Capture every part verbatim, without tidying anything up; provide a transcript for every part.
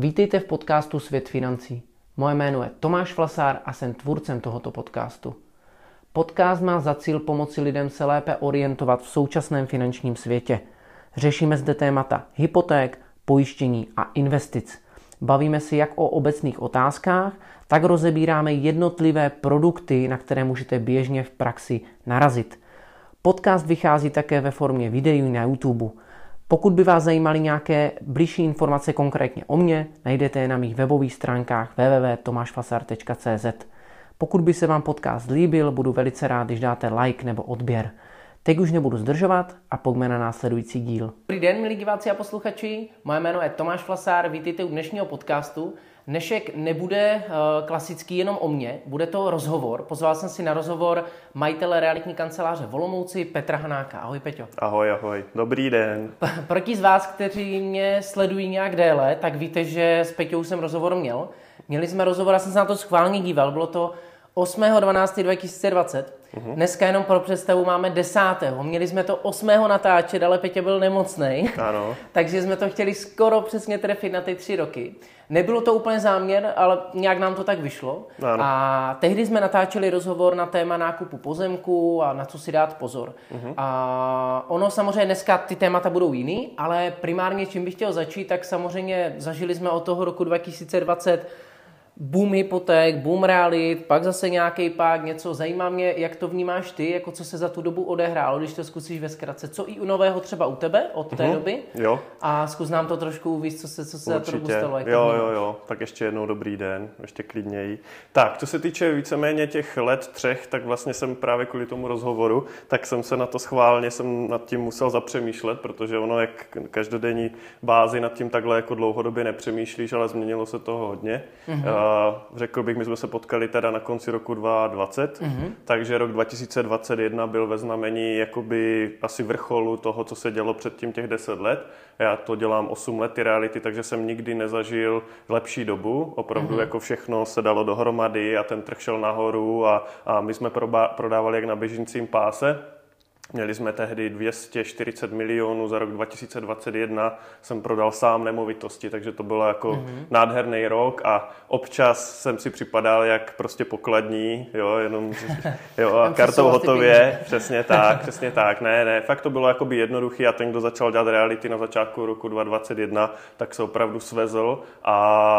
Vítejte v podcastu Svět financí. Moje jméno je Tomáš Flasár a jsem tvůrcem tohoto podcastu. Podcast má za cíl pomoci lidem se lépe orientovat v současném finančním světě. Řešíme zde témata hypoték, pojištění a investic. Bavíme si jak o obecných otázkách, tak rozebíráme jednotlivé produkty, na které můžete běžně v praxi narazit. Podcast vychází také ve formě videí na YouTube. Pokud by vás zajímaly nějaké bližší informace konkrétně o mně, najdete je na mých webových stránkách w w w tečka tomaš flasar tečka c z. Pokud by se vám podcast líbil, budu velice rád, když dáte like nebo odběr. Teď už nebudu zdržovat a pojďme na následující díl. Dobrý den, milí diváci a posluchači. Moje jméno je Tomáš Flasár, vítejte u dnešního podcastu. Dnešek nebude uh, klasický jenom o mně, bude to rozhovor. Pozval jsem si na rozhovor majitele realitní kanceláře v Olomouci Petra Hanáka. Ahoj, Peťo. Ahoj, ahoj. Dobrý den. Pro ti z vás, kteří mě sledují nějak déle, tak víte, že s Peťou jsem rozhovor měl. Měli jsme rozhovor, já jsem se na to schválně díval, bylo to osmého dvanáctého dva tisíce dvacet. Uhum. Dneska jenom pro představu máme desátého. Měli jsme to osmého natáčet, ale Petě byl nemocnej. Ano. Takže jsme to chtěli skoro přesně trefit na ty tři roky. Nebylo to úplně záměr, ale nějak nám to tak vyšlo. Ano. A tehdy jsme natáčeli rozhovor na téma nákupu pozemku a na co si dát pozor. Uhum. A ono samozřejmě dneska ty témata budou jiný, ale primárně čím bych chtěl začít, tak samozřejmě zažili jsme od toho roku dva tisíce dvacet boom hypoték, boom realit, pak zase nějaký pák, něco. Zajímá mě, jak to vnímáš ty, jako co se za tu dobu odehrálo, když to zkusíš ve zkratce. Co i u nového třeba u tebe od té uh-huh. doby? Jo. A zkus nám to trošku uvíct, co se, co se za tu dobu stalo. Jak jo, jo, jo. Tak ještě jednou dobrý den, ještě klidněji. Tak, co se týče víceméně těch let třech, tak vlastně jsem právě kvůli tomu rozhovoru, tak jsem se na to schválně, jsem nad tím musel zapřemýšlet, protože ono, jak každodenní bázi nad tím takhle jako dlouhodobě nepřemýšlíš, ale změnilo se toho hodně. Uh-huh. Uh, řekl bych, my jsme se potkali teda na konci roku dva tisíce dvacet, mm-hmm. takže rok dva tisíce dvacet jedna byl ve znamení jakoby asi vrcholu toho, co se dělo předtím těch deset let. Já to dělám osm let, ty reality, takže jsem nikdy nezažil lepší dobu. Opravdu mm-hmm. jako všechno se dalo dohromady a ten trh šel nahoru a, a my jsme proba- prodávali jak na běžícím páse. Měli jsme tehdy dvě stě čtyřicet milionů, za rok dva tisíce dvacet jedna jsem prodal sám nemovitosti, takže to bylo jako mm-hmm. nádherný rok a občas jsem si připadal jak prostě pokladní, jo, jenom jo, a kartou hotově, přesně tak, přesně tak, ne, ne, fakt to bylo jakoby jednoduchý a ten, kdo začal dělat reality na začátku roku dva tisíce dvacet jedna, tak se opravdu svezl a,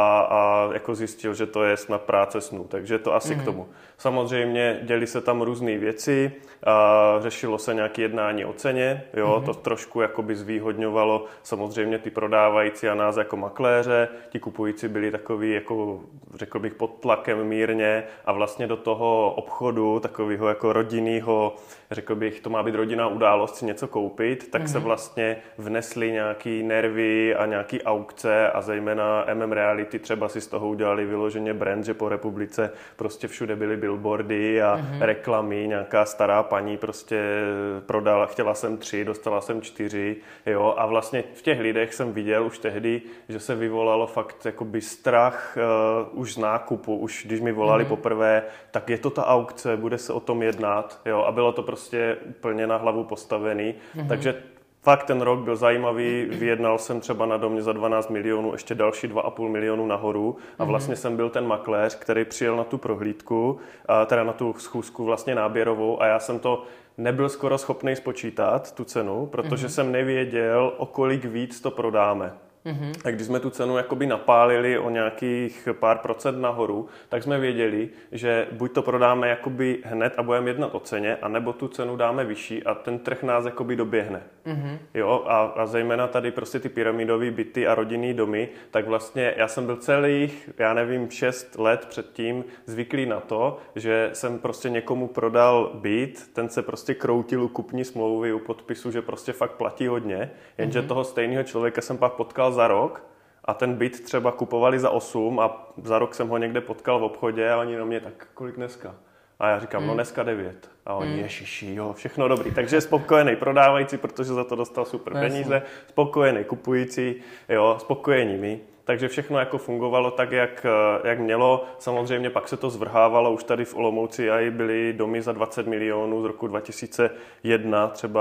a jako zjistil, že to je snad práce snů, takže to asi mm-hmm. k tomu. Samozřejmě děli se tam různé věci, a řešilo se nějaké jednání o ceně, jo, mm-hmm. to trošku jakoby zvýhodňovalo samozřejmě ty prodávající a nás jako makléře, ti kupující byli takový, jako řekl bych, pod tlakem mírně a vlastně do toho obchodu, takového jako rodinného, řekl bych, to má být rodinná událost si něco koupit, tak mm-hmm. se vlastně vnesly nějaký nervy a nějaký aukce a zejména M M Reality třeba si z toho udělali vyloženě brand, že po republice prostě všude byly billboardy a mm-hmm. reklamy, nějaká stará paní prostě prodala, chtěla jsem tři, dostala jsem čtyři, jo, a vlastně v těch lidech jsem viděl už tehdy, že se vyvolalo fakt jakoby strach uh, už z nákupu, už když mi volali mm-hmm. poprvé, tak je to ta aukce, bude se o tom jednat, jo, a bylo to prostě úplně na hlavu postavený, mm-hmm. takže fakt ten rok byl zajímavý, vyjednal jsem třeba na domě za dvanáct milionů, ještě další dva a půl milionu nahoru a vlastně jsem byl ten makléř, který přijel na tu prohlídku, teda na tu schůzku vlastně náběrovou a já jsem to nebyl skoro schopný spočítat, tu cenu, protože mm-hmm. jsem nevěděl, o kolik víc to prodáme. Mm-hmm. A když jsme tu cenu jakoby napálili o nějakých pár procent nahoru, tak jsme věděli, že buď to prodáme jakoby hned a budeme jednat o ceně, anebo tu cenu dáme vyšší a ten trh nás jakoby doběhne. Mm-hmm. Jo, a, a zejména tady prostě ty pyramidové byty a rodinný domy, tak vlastně já jsem byl celých, já nevím, šest let předtím zvyklý na to, že jsem prostě někomu prodal byt, ten se prostě kroutil u kupní smlouvy, u podpisu, že prostě fakt platí hodně, jenže mm-hmm. toho stejného člověka jsem pak potkal za rok a ten byt třeba kupovali za osm a za rok jsem ho někde potkal v obchodě a oni na mě, tak kolik dneska? A já říkám, mm. no dneska devět. A oni, mm. ježiši, jo, všechno dobrý. Takže spokojený prodávající, protože za to dostal super Jasně. peníze, spokojený kupující, jo, spokojení my. Takže všechno jako fungovalo tak, jak, jak mělo. Samozřejmě pak se to zvrhávalo. Už tady v Olomouci aj byly domy za dvacet milionů z roku dva tisíce jedna třeba.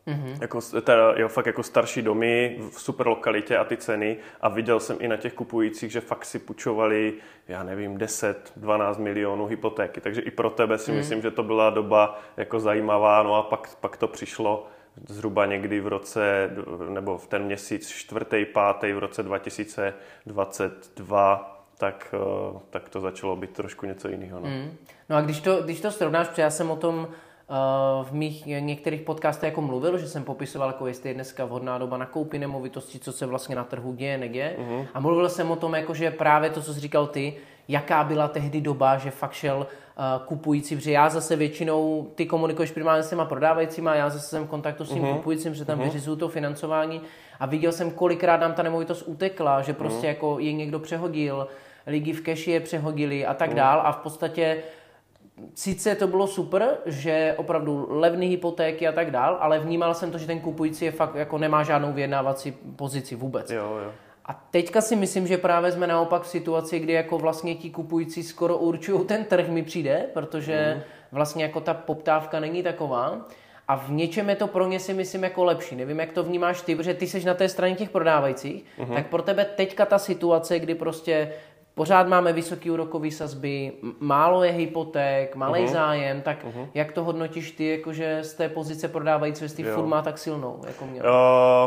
Mm-hmm. Jako, teda, jo, fakt jako starší domy v super lokalitě a ty ceny a viděl jsem i na těch kupujících, že fakt si půjčovali, já nevím, deset dvanáct milionů hypotéky, takže i pro tebe si mm. myslím, že to byla doba jako zajímavá, no a pak, pak to přišlo zhruba někdy v roce, nebo v ten měsíc čtvrtý, pátý v roce dva tisíce dvacet dva, tak, tak to začalo být trošku něco jiného. No, mm. no a když to, když to srovnáš, protože já jsem o tom v mých některých podcastech jako mluvil, že jsem popisoval, jako jestli je dneska vhodná doba na koupi nemovitosti, co se vlastně na trhu děje, neděje. Uh-huh. A mluvil jsem o tom, jako, že právě to, co jsi říkal ty, jaká byla tehdy doba, že fakt šel uh, kupující, protože já zase většinou, ty komunikuješ primárně s těma prodávajícíma, já zase jsem v kontaktu s tím uh-huh. kupujícím, že tam uh-huh. vyřizuju to financování a viděl jsem, kolikrát nám ta nemovitost utekla, že prostě uh-huh. jako je někdo přehodil, lidi v keši je přehodili a tak uh-huh. dál a v podstatě sice to bylo super, že opravdu levné hypotéky a tak dál, ale vnímal jsem to, že ten kupující je fakt jako nemá žádnou vyjednávací pozici vůbec. Jo, jo. A teďka si myslím, že právě jsme naopak v situaci, kdy jako vlastně ti kupující skoro určují ten trh, mi přijde, protože mm. vlastně jako ta poptávka není taková. A v něčem je to pro ně, si myslím, jako lepší. Nevím, jak to vnímáš ty, protože ty seš na té straně těch prodávajících, mm. tak pro tebe teďka ta situace, kdy prostě pořád máme vysoké úrokové sazby, málo je hypoték, malý uh-huh. zájem, tak uh-huh. jak to hodnotíš ty, jakože z té pozice prodávající, jestli furt má tak silnou, jako měl? Jo,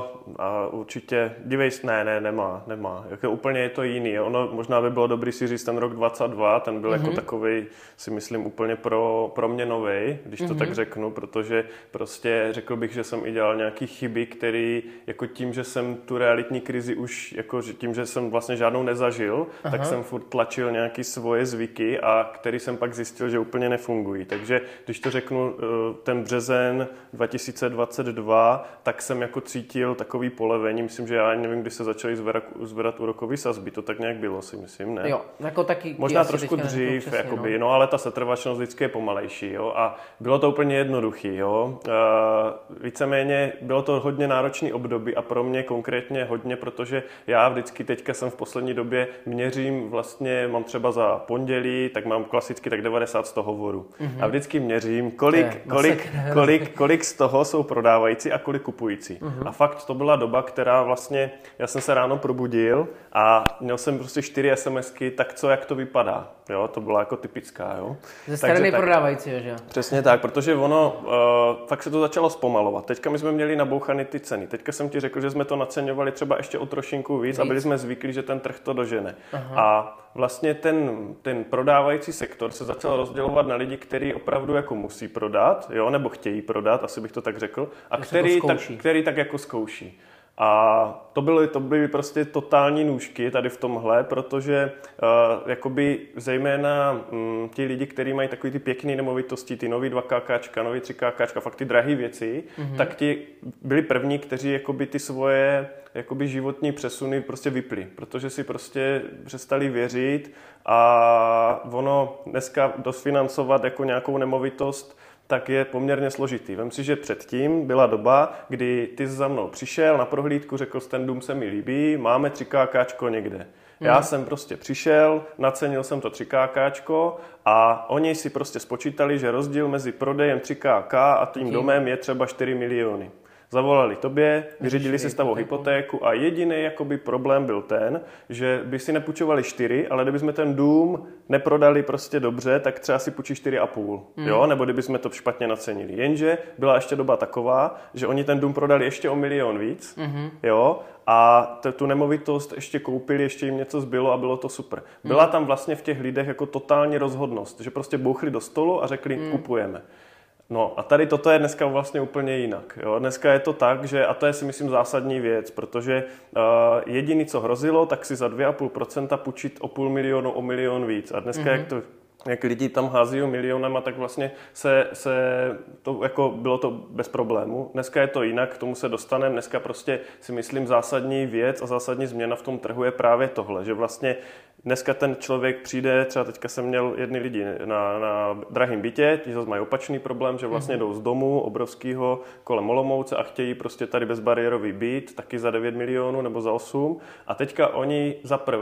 a určitě, dívej, ne, ne, nemá, nemá. Jako úplně je to jiný. Ono možná by bylo dobrý si říct ten rok dvacet dva, ten byl uh-huh. jako takovej, si myslím, úplně pro, pro mě novej, když to uh-huh. tak řeknu, protože prostě řekl bych, že jsem i dělal nějaký chyby, který jako tím, že jsem tu realitní krizi už, jako tím, že jsem vlastně žádnou nezažil, uh-huh. tak jsem furt tlačil nějaké svoje zvyky a který jsem pak zjistil, že úplně nefungují. Takže když to řeknu, ten březen dva tisíce dvacet dva, tak jsem jako cítil takový polevení. Myslím, že já nevím, kdy se začaly zvedat, zvedat úrokové sazby. To tak nějak bylo, si myslím, ne? Jo, jako taky. Možná trošku dřív, přesně, jakoby, no. no, ale ta setrvačnost vždycky je pomalejší, jo. A bylo to úplně jednoduchý, jo. Uh, víceméně bylo to hodně náročný období a pro mě konkrétně hodně, protože já vždycky teďka jsem v poslední době měřím vlastně, mám třeba za pondělí, tak mám klasicky tak devadesát z toho hovorů. Mm-hmm. A vždycky měřím, kolik, je, kolik, kolik, kolik z toho jsou prodávající a kolik kupující. Mm-hmm. A fakt to byla doba, která vlastně, já jsem se ráno probudil a měl jsem prostě čtyři SMSky, tak co, jak to vypadá. Jo, to byla jako typická, jo. Ze strany prodávajícího, že jo? Přesně tak, protože ono, uh, fakt se to začalo zpomalovat. Teďka my jsme měli nabouchané ty ceny. Teďka jsem ti řekl, že jsme to naceňovali třeba ještě o trošinku víc, víc. a byli jsme zvyklí, že ten trh to dožene. Aha. A vlastně ten, ten prodávající sektor se začal rozdělovat na lidi, kteří opravdu jako musí prodat, jo, nebo chtějí prodat, asi bych to tak řekl, a který tak, který tak jako zkouší. A to byly, to byly prostě totální nůžky tady v tomhle, protože uh, jakoby zejména um, ti lidi, kteří mají takový ty pěkné nemovitosti, ty nový dva káčka, nový tři káčka, fakt ty drahé věci, mm-hmm. tak ti byli první, kteří jakoby ty svoje jakoby životní přesuny prostě vypli, protože si prostě přestali věřit a ono dneska dosfinancovat jako nějakou nemovitost tak je poměrně složitý. Vem si, že předtím byla doba, kdy ty za mnou přišel na prohlídku, řekl jsi, ten dům se mi líbí, máme tři káčko někde. Já hmm. jsem prostě přišel, nacenil jsem to tři káčko a oni si prostě spočítali, že rozdíl mezi prodejem tři ká a tím domem je třeba čtyři miliony. Zavolali tobě, vyřídili si stavou hypotéku a jediný jakoby problém byl ten, že by si nepůjčovali čtyři, ale kdybychom ten dům neprodali prostě dobře, tak třeba si půjčí čtyři a půl, mm. jo, nebo kdybychom to špatně nacenili. Jenže byla ještě doba taková, že oni ten dům prodali ještě o milion víc, mm-hmm. jo, a t- tu nemovitost ještě koupili, ještě jim něco zbylo a bylo to super. Byla mm. tam vlastně v těch lidech jako totální rozhodnost, že prostě bouchli do stolu a řekli, mm. kupujeme. No a tady toto je dneska vlastně úplně jinak. Jo? Dneska je to tak, že, a to je si myslím zásadní věc, protože uh, jediný, co hrozilo, tak si za dvě celá pět procenta půjčit o půl milionu, o milion víc. A dneska, mm-hmm. jak to jak lidi tam hází milionama, tak vlastně se, se to, jako bylo to bez problému. Dneska je to jinak, k tomu se dostaneme. Dneska prostě si myslím zásadní věc a zásadní změna v tom trhu je právě tohle, že vlastně dneska ten člověk přijde, třeba teďka jsem měl jedny lidi na, na drahém bytě, ti zase mají opačný problém, že vlastně mm-hmm. jdou z domu obrovského kolem Olomouce a chtějí prostě tady bezbariérový byt, taky za devět milionů nebo za osm. A teďka oni za prvé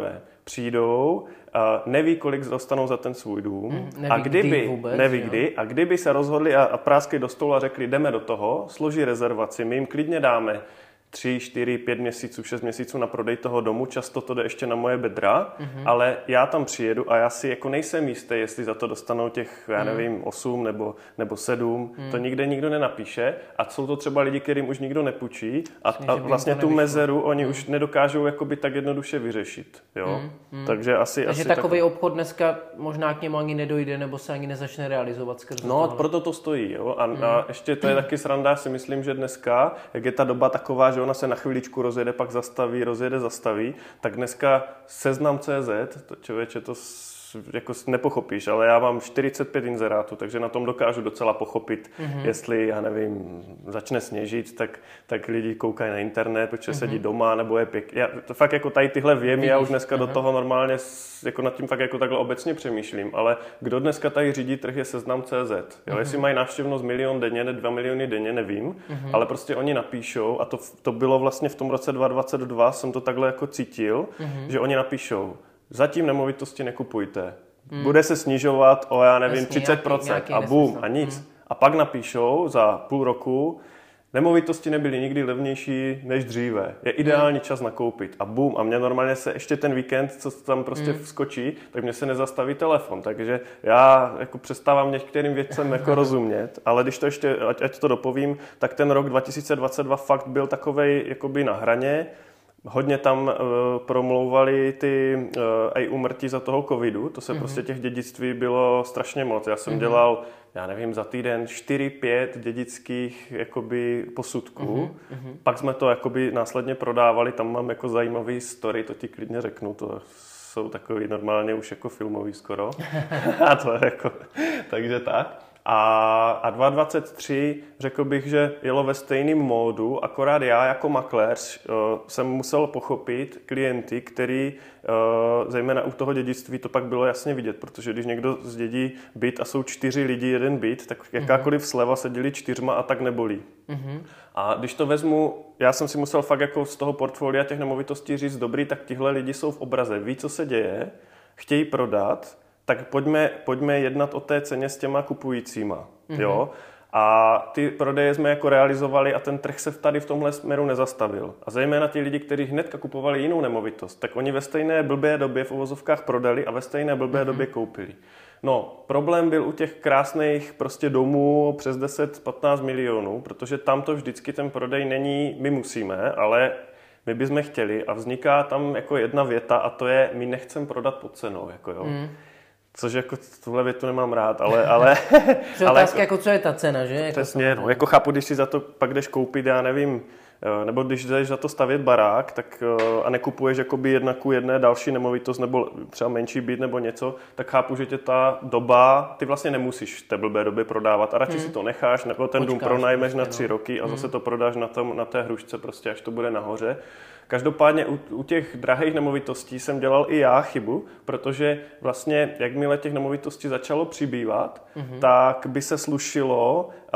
přijdou, neví, kolik dostanou za ten svůj dům. Mm, neví a kdyby, kdy vůbec, neví jo. kdy, a kdyby se rozhodli a, a práskli do stolu a řekli, jdeme do toho, složí rezervaci, my jim klidně dáme tři, čtyři, pět měsíců, šest měsíců na prodej toho domu, často to jde ještě na moje bedra, mm-hmm. ale já tam přijedu a já si jako nejsem jistý, jestli za to dostanou těch, já nevím, osm nebo, nebo sedm, mm. to nikde nikdo nenapíše a jsou to třeba lidi, kterým už nikdo nepůjčí a, a vlastně tu mezeru oni mm. už nedokážou jakoby tak jednoduše vyřešit, jo, mm. Mm. takže asi... Takže asi takový tak... obchod dneska možná k němu ani nedojde, nebo se ani nezačne realizovat skrze No, tohle. Proto to stojí, jo, a, mm. a ještě to je taky sranda, si myslím, že dneska, jak je ta doba taková, že ona se na chviličku rozjede, pak zastaví, rozjede, zastaví, tak dneska Seznam tečka cé zet, to člověče, to jako nepochopíš, ale já mám čtyřicet pět inzerátů, takže na tom dokážu docela pochopit, mm-hmm. jestli, já nevím, začne sněžit, tak, tak lidi koukají na internet, protože mm-hmm. sedí doma, nebo je pěk. Já to fakt jako tady tyhle vím, Vidíš. já už dneska mm-hmm. do toho normálně jako nad tím fakt jako takhle obecně přemýšlím, ale kdo dneska tady řídí trh je Seznam tečka cé zet. Jo, mm-hmm. Jestli mají návštěvnost milion denně, ne dva miliony denně, nevím, mm-hmm. ale prostě oni napíšou a to, to bylo vlastně v tom roce dva tisíce dvacet dva, jsem to takhle jako cítil, mm-hmm. že oni napíšou, zatím nemovitosti nekupujte. Hmm. Bude se snižovat o, já nevím, Jasně, třicet procent nějaký, nějaký a bum, a nic. Hmm. A pak napíšou za půl roku, nemovitosti nebyly nikdy levnější než dříve. Je ideální hmm. čas nakoupit. A bum, a mě normálně se ještě ten víkend, co tam prostě hmm. vskočí, tak mě se nezastaví telefon. Takže já jako přestávám některým věcem jako rozumět, ale když to ještě, ať, ať to dopovím, tak ten rok dva tisíce dvacet dva fakt byl takovej jakoby na hraně. Hodně tam uh, promlouvali ty uh, ej úmrtí za toho covidu, to se mm-hmm. prostě těch dědictví bylo strašně moc. Já jsem mm-hmm. dělal, já nevím, za týden čtyři pět dědických jakoby posudků, mm-hmm. pak jsme to jakoby následně prodávali, tam mám jako zajímavý story, to ti klidně řeknu, to jsou takový normálně už jako filmový skoro. A to je jako, takže tak. A, a dva tisíce dvacet tři řekl bych, že jelo ve stejném módu, akorát já jako makléř uh, jsem musel pochopit klienty, který uh, zejména u toho dědictví to pak bylo jasně vidět, protože když někdo zdědí byt a jsou čtyři lidi, jeden byt, tak jakákoliv sleva se dělí čtyřma a tak nebolí. Mm-hmm. A když to vezmu, já jsem si musel fakt jako z toho portfolia těch nemovitostí říct, dobrý, tak tihle lidi jsou v obraze, ví, co se děje, chtějí prodat, tak pojďme, pojďme jednat o té ceně s těma kupujícíma, mm-hmm. jo. A ty prodeje jsme jako realizovali a ten trh se tady v tomhle směru nezastavil. A zejména ti lidi, kteří hnedka kupovali jinou nemovitost, tak oni ve stejné blbé době v uvozovkách prodali a ve stejné blbé mm-hmm. době koupili. No, problém byl u těch krásných prostě domů přes deset patnáct milionů, protože tam to vždycky ten prodej není, my musíme, ale my bychom chtěli a vzniká tam jako jedna věta a to je, my nechcem prodat pod cenou, jako jo. Mm. Což jako tuhle větu nemám rád, ale... ale to je otázka, jako, jako co je ta cena, že? Přesně, jako no, jako chápu, když si za to pak jdeš koupit, já nevím, nebo když jdeš za to stavět barák, tak a nekupuješ jakoby jedna ku jedné další nemovitost, nebo třeba menší byt nebo něco, tak chápu, že tě ta doba, ty vlastně nemusíš v té blbé době prodávat a radši hmm. si to necháš, nebo ten Počkáš, dům pronajmeš prostě, na tři no. roky a hmm. zase to prodáš na, tom, na té hrušce prostě, až to bude nahoře. Každopádně u, u těch drahých nemovitostí jsem dělal i já chybu, protože vlastně jakmile těch nemovitostí začalo přibývat, mm-hmm. tak by se slušilo uh,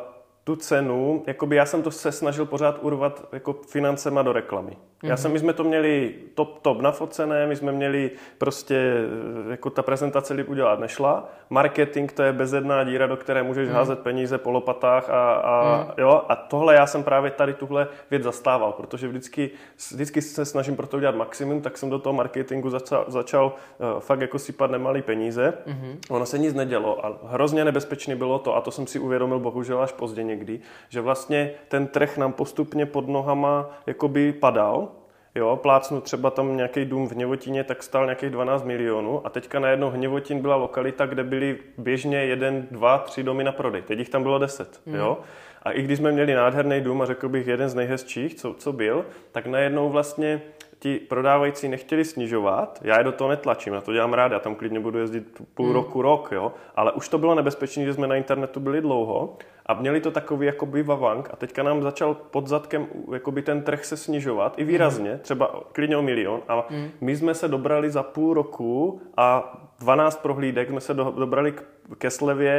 tu cenu, jakoby já jsem to se snažil pořád urvat jako financema do reklamy. Mm-hmm. Já jsem, my jsme to měli top, top nafocené, my jsme měli prostě, jako ta prezentace líp udělat nešla. Marketing, to je bezedná díra, do které můžeš mm-hmm. házet peníze po lopatách a, a mm-hmm. jo. A tohle já jsem právě tady tuhle věc zastával, protože vždycky, vždycky se snažím pro to udělat maximum, tak jsem do toho marketingu začal, začal uh, fakt jako sypat nemalý peníze. Mm-hmm. Ono se nic nedělo a hrozně nebezpečný bylo to, a to jsem si uvědomil bohužel až pozdě někdy, že vlastně ten trh nám postupně pod nohama jakoby padal. Jo, plácnu třeba tam nějaký dům v Hněvotíně, tak stál nějakých dvanáct milionů a teďka najednou Hněvotín byla lokalita, kde byly běžně jeden, dva, tři domy na prodej. Teď jich tam bylo deset, mm. jo. A i když jsme měli nádherný dům a řekl bych jeden z nejhezčích, co, co byl, tak najednou vlastně ti prodávající nechtěli snižovat, já je do toho netlačím, na to dělám rád, já tam klidně budu jezdit půl hmm. roku, rok, jo, ale už to bylo nebezpečné, že jsme na internetu byli dlouho a měli to takový jakoby vavank a teďka nám začal pod zadkem jakoby ten trh se snižovat i výrazně, hmm. třeba klidně o milion a hmm. my jsme se dobrali za půl roku a dvanáct prohlídek jsme se do, dobrali k, ke slevě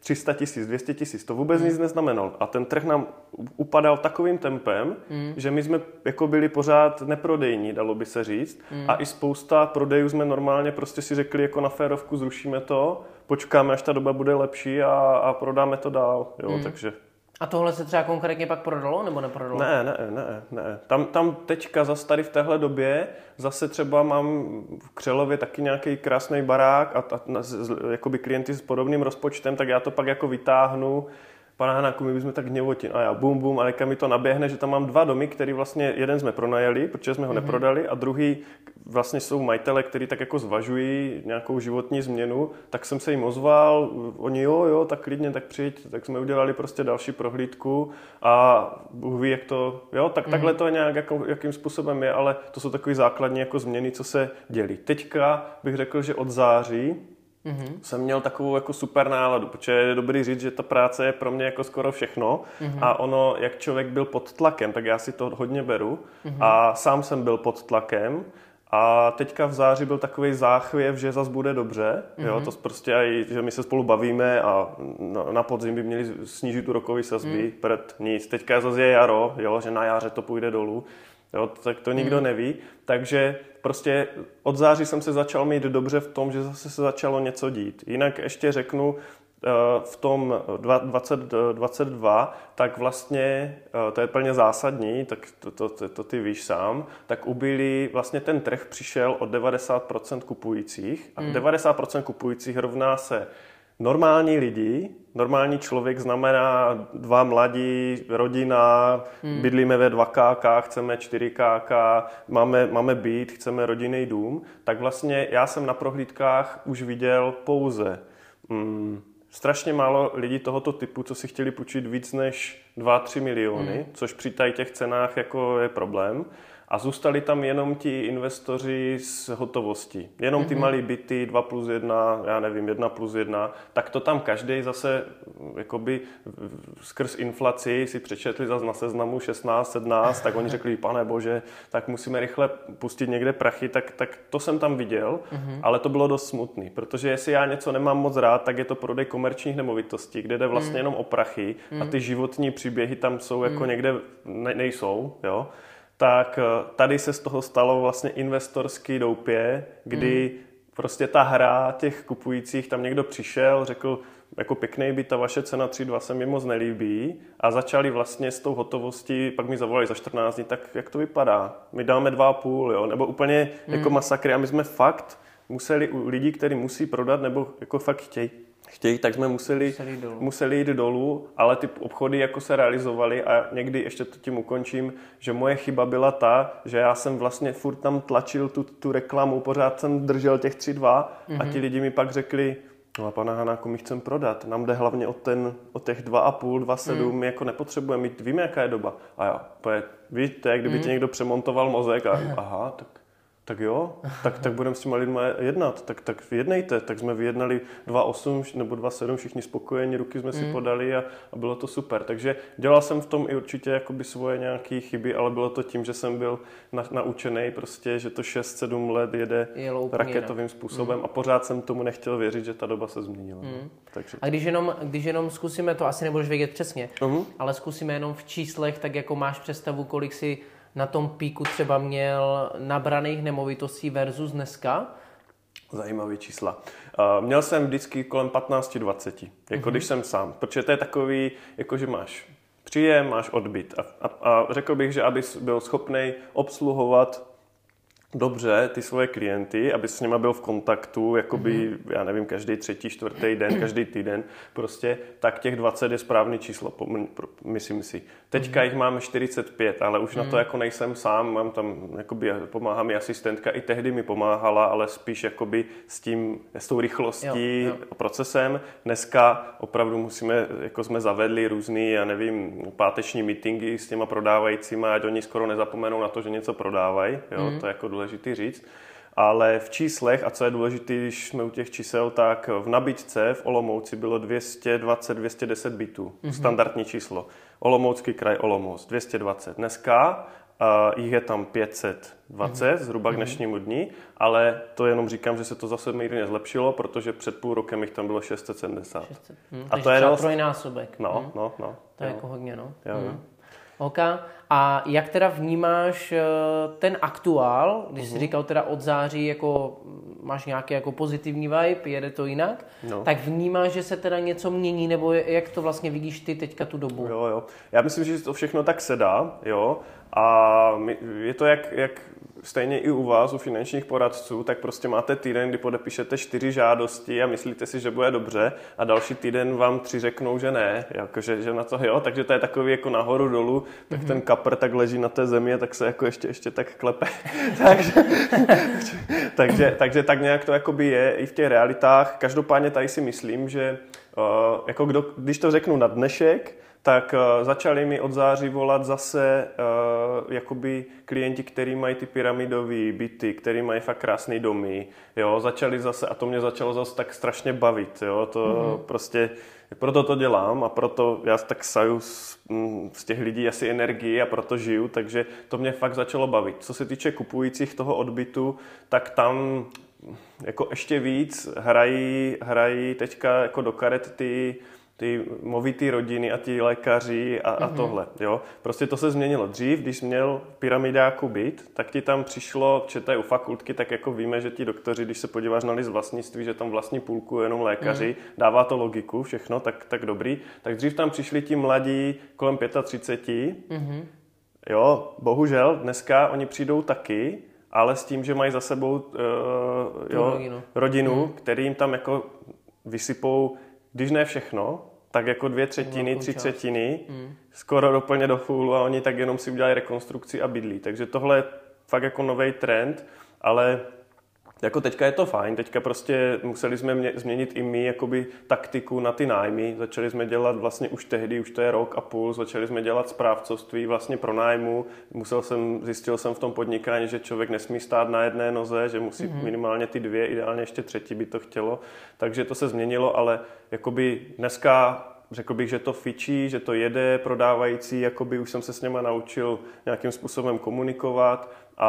tři sta tisíc, dvě stě tisíc, to vůbec mm. nic neznamenalo. A ten trh nám upadal takovým tempem, mm. že my jsme jako byli pořád neprodejní, dalo by se říct. Mm. A i spousta prodejů jsme normálně prostě si řekli jako na férovku, zrušíme to, počkáme, až ta doba bude lepší a, a prodáme to dál. Jo, mm. takže... A tohle se třeba konkrétně pak prodalo nebo neprodalo? Ne, ne, ne, ne. Tam, tam teďka zase tady v téhle době zase třeba mám v Křelově taky nějaký krásný barák a, a, a jakoby klienty s podobným rozpočtem, tak já to pak jako vytáhnu. Pana Hanáku, my bychom tak hněvotin. A já bum, bum, a teďka mi to naběhne, že tam mám dva domy, který vlastně jeden jsme pronajeli, protože jsme ho mm-hmm. neprodali, a druhý vlastně jsou majitele, který tak jako zvažují nějakou životní změnu, tak jsem se jim ozval, oni jo, jo, tak klidně, tak přijď, tak jsme udělali prostě další prohlídku a Bůh ví, jak to, jo, tak mm-hmm. takhle to nějak, jako, jakým způsobem je, ale to jsou takové základní jako změny, co se dělí. Teďka bych řekl, že od září Mm-hmm. jsem měl takovou jako super náladu, protože je dobrý říct, že ta práce je pro mě jako skoro všechno mm-hmm. a ono, jak člověk byl pod tlakem, tak já si to hodně beru mm-hmm. a sám jsem byl pod tlakem a teďka v září byl takový záchvěv, že zas bude dobře, mm-hmm. jo, to prostě aj, že my se spolu bavíme a na, na podzim by měli snížit tu rokový sazby, mm. před nic, teďka zase je jaro, jo, že na jaře to půjde dolů. Jo, tak to nikdo mm. neví, takže prostě od září jsem se začal mít dobře v tom, že zase se začalo něco dít. Jinak ještě řeknu, v tom dvacet dvacet dva, tak vlastně, to je plně zásadní, tak to, to, to, to ty víš sám, tak ubyli, vlastně ten trh přišel od devadesát procent kupujících a mm. devadesát procent kupujících rovná se normální lidi, normální člověk znamená dva mladí, rodina, hmm. bydlíme ve dva ká ká, chceme čtyři ká ká, máme, máme byt, chceme rodinný dům, tak vlastně já jsem na prohlídkách už viděl pouze mm, strašně málo lidí tohoto typu, co si chtěli půjčit víc než dva tři miliony, hmm. což při tady těch cenách jako je problém. A zůstali tam jenom ti investoři s hotovostí. Jenom ty mm-hmm. malý byty, dva plus jedna, já nevím, jedna plus jedna, tak to tam každý zase jakoby skrz inflaci si přečetli zase na Seznamu šestnáct, sedmnáct, tak oni řekli, pane bože, tak musíme rychle pustit někde prachy, tak, tak to jsem tam viděl, mm-hmm. ale to bylo dost smutný, protože jestli já něco nemám moc rád, tak je to prodej komerčních nemovitostí, kde jde vlastně mm. jenom o prachy mm. a ty životní příběhy tam jsou jako mm. někde ne, nejsou, jo. Tak tady se z toho stalo vlastně investorský doupě, kdy mm. prostě ta hra těch kupujících, tam někdo přišel, řekl, jako pěkný byt, ta vaše cena tři dva se mi moc nelíbí a začali vlastně s tou hotovostí, pak mi zavolali za čtrnáct dní, tak jak to vypadá? My dáme dva a půl, jo, nebo úplně mm. jako masakry a my jsme fakt museli u lidí, kteří musí prodat nebo jako fakt chtějí, chtějí, tak jsme museli, museli, jít dolů. museli jít dolů, ale ty obchody jako se realizovaly a někdy ještě to tím ukončím, že moje chyba byla ta, že já jsem vlastně furt tam tlačil tu, tu reklamu, pořád jsem držel těch tři dva mm-hmm. a ti lidi mi pak řekli, no a pana Hanáku, my chceme prodat, nám jde hlavně o, ten, o těch dva a půl, dva sedm, mm. my jako nepotřebujeme, my víme, jaká je doba. A jo, to je, víte, jak kdyby mm. ti někdo přemontoval mozek a aha, tak... Tak jo, tak, tak budeme s těma lidma jednat, tak, tak jednejte. Tak jsme vyjednali dva osm nebo dva sedm, všichni spokojení, ruky jsme si mm. podali a, a bylo to super. Takže dělal jsem v tom i určitě jakoby svoje nějaké chyby, ale bylo to tím, že jsem byl na, naučený prostě, že to šest sedm let jede raketovým způsobem mm. a pořád jsem tomu nechtěl věřit, že ta doba se změnila. Mm. Takže... A když jenom, když jenom zkusíme, to asi nebudeš vědět přesně, uh-huh. ale zkusíme jenom v číslech, tak jako máš představu, kolik si na tom píku třeba měl nabraných nemovitostí versus dneska? Zajímavý čísla. Uh, měl jsem vždycky kolem patnáct dvacet, jako mm-hmm. když jsem sám, protože to je takový, jako že máš příjem, máš odbyt. A, a, a řekl bych, že abys byl schopný obsluhovat dobře ty svoje klienty, aby s nima byl v kontaktu, jakoby, mm-hmm. já nevím, každý třetí, čtvrtý den, každý týden, prostě, tak těch dvacet je správný číslo, myslím si. Teďka mm-hmm. jich máme čtyřicet pět, ale už mm-hmm. na to jako nejsem sám, mám tam, jakoby, pomáhá mi asistentka, i tehdy mi pomáhala, ale spíš jakoby s tím, s tou rychlostí jo, jo. a procesem. Dneska opravdu musíme, jako jsme zavedli různý, já nevím, páteční meetingy s těma prodávajícíma, ať oni skoro nezapomenou na to, že něco prodávají, jo, mm-hmm. to je jako důležitý říct, ale v číslech, a co je důležité, když jsme u těch čísel, tak v nabídce v Olomouci bylo dvě stě dvacet, dvě stě deset bytů, mm-hmm. standardní číslo. Olomoucký kraj, Olomouc, dvě stě dvacet. Dneska uh, jich je tam pět set dvacet, mm. zhruba k dnešnímu dní, ale to jenom říkám, že se to zase mírně zlepšilo, protože před půl rokem jich tam bylo šest set sedmdesát. šest set. Hmm, a to je dost... trojnásobek. No, hmm. no, no. To je jako hodně, no. Jo, hmm. OK. A jak teda vnímáš ten aktuál, když jsi říkal teda od září, jako máš nějaký jako pozitivní vibe, jede to jinak, no. tak vnímáš, že se teda něco mění, nebo jak to vlastně vidíš ty teďka tu dobu? Jo, jo. Já myslím, že to všechno tak se dá, jo. A je to jak, jak stejně i u vás, u finančních poradců, tak prostě máte týden, kdy podepíšete čtyři žádosti a myslíte si, že bude dobře a další týden vám tři řeknou, že ne, jakože, že na to jo, takže to je takový jako nahoru dolů, tak mm-hmm. ten kapr tak leží na té zemi, tak se jako ještě, ještě tak klepe. takže, takže, takže tak nějak to jakoby je i v těch realitách. Každopádně tady si myslím, že uh, jako kdo, když to řeknu na dnešek, tak uh, začali mi od září volat zase uh, jakoby klienti, kteří mají ty pyramidové byty, kteří mají fakt krásné domy, jo, začali zase, a to mě začalo zase tak strašně bavit, jo, to mm-hmm. prostě, proto to dělám a proto já tak saju z, z těch lidí asi energii a proto žiju, takže to mě fakt začalo bavit. Co se týče kupujících toho odbytu, tak tam jako ještě víc hrají, hrají teďka jako do karet ty ty movitý rodiny a ti lékaři a, a tohle, jo. Prostě to se změnilo. Dřív, když měl v pyramidáku byt, tak ti tam přišlo, četaj u fakultky, tak jako víme, že ti doktoři, když se podíváš na list vlastnictví, že tam vlastní půlku jenom lékaři, mm. dává to logiku, všechno, tak, tak dobrý. Tak dřív tam přišli ti mladí kolem třicet pět, mm. jo, bohužel, dneska oni přijdou taky, ale s tím, že mají za sebou uh, jo, rodinu, rodinu mm. který jim tam jako vysypou, když ne všechno, tak jako dvě třetiny, tři třetiny, mm. skoro doplně do fůlu a oni tak jenom si udělají rekonstrukci a bydlí. Takže tohle je fakt jako nový trend, ale jako teďka je to fajn, teďka prostě museli jsme mě, změnit i my jakoby taktiku na ty nájmy, začali jsme dělat vlastně už tehdy, už to je rok a půl, začali jsme dělat správcovství vlastně pro nájmu, musel jsem, zjistil jsem v tom podnikání, že člověk nesmí stát na jedné noze, že musí mm-hmm. minimálně ty dvě, ideálně ještě třetí by to chtělo, takže to se změnilo, ale jakoby dneska řekl bych, že to fičí, že to jede, prodávající, jakoby už jsem se s něma naučil nějakým způsobem komunikovat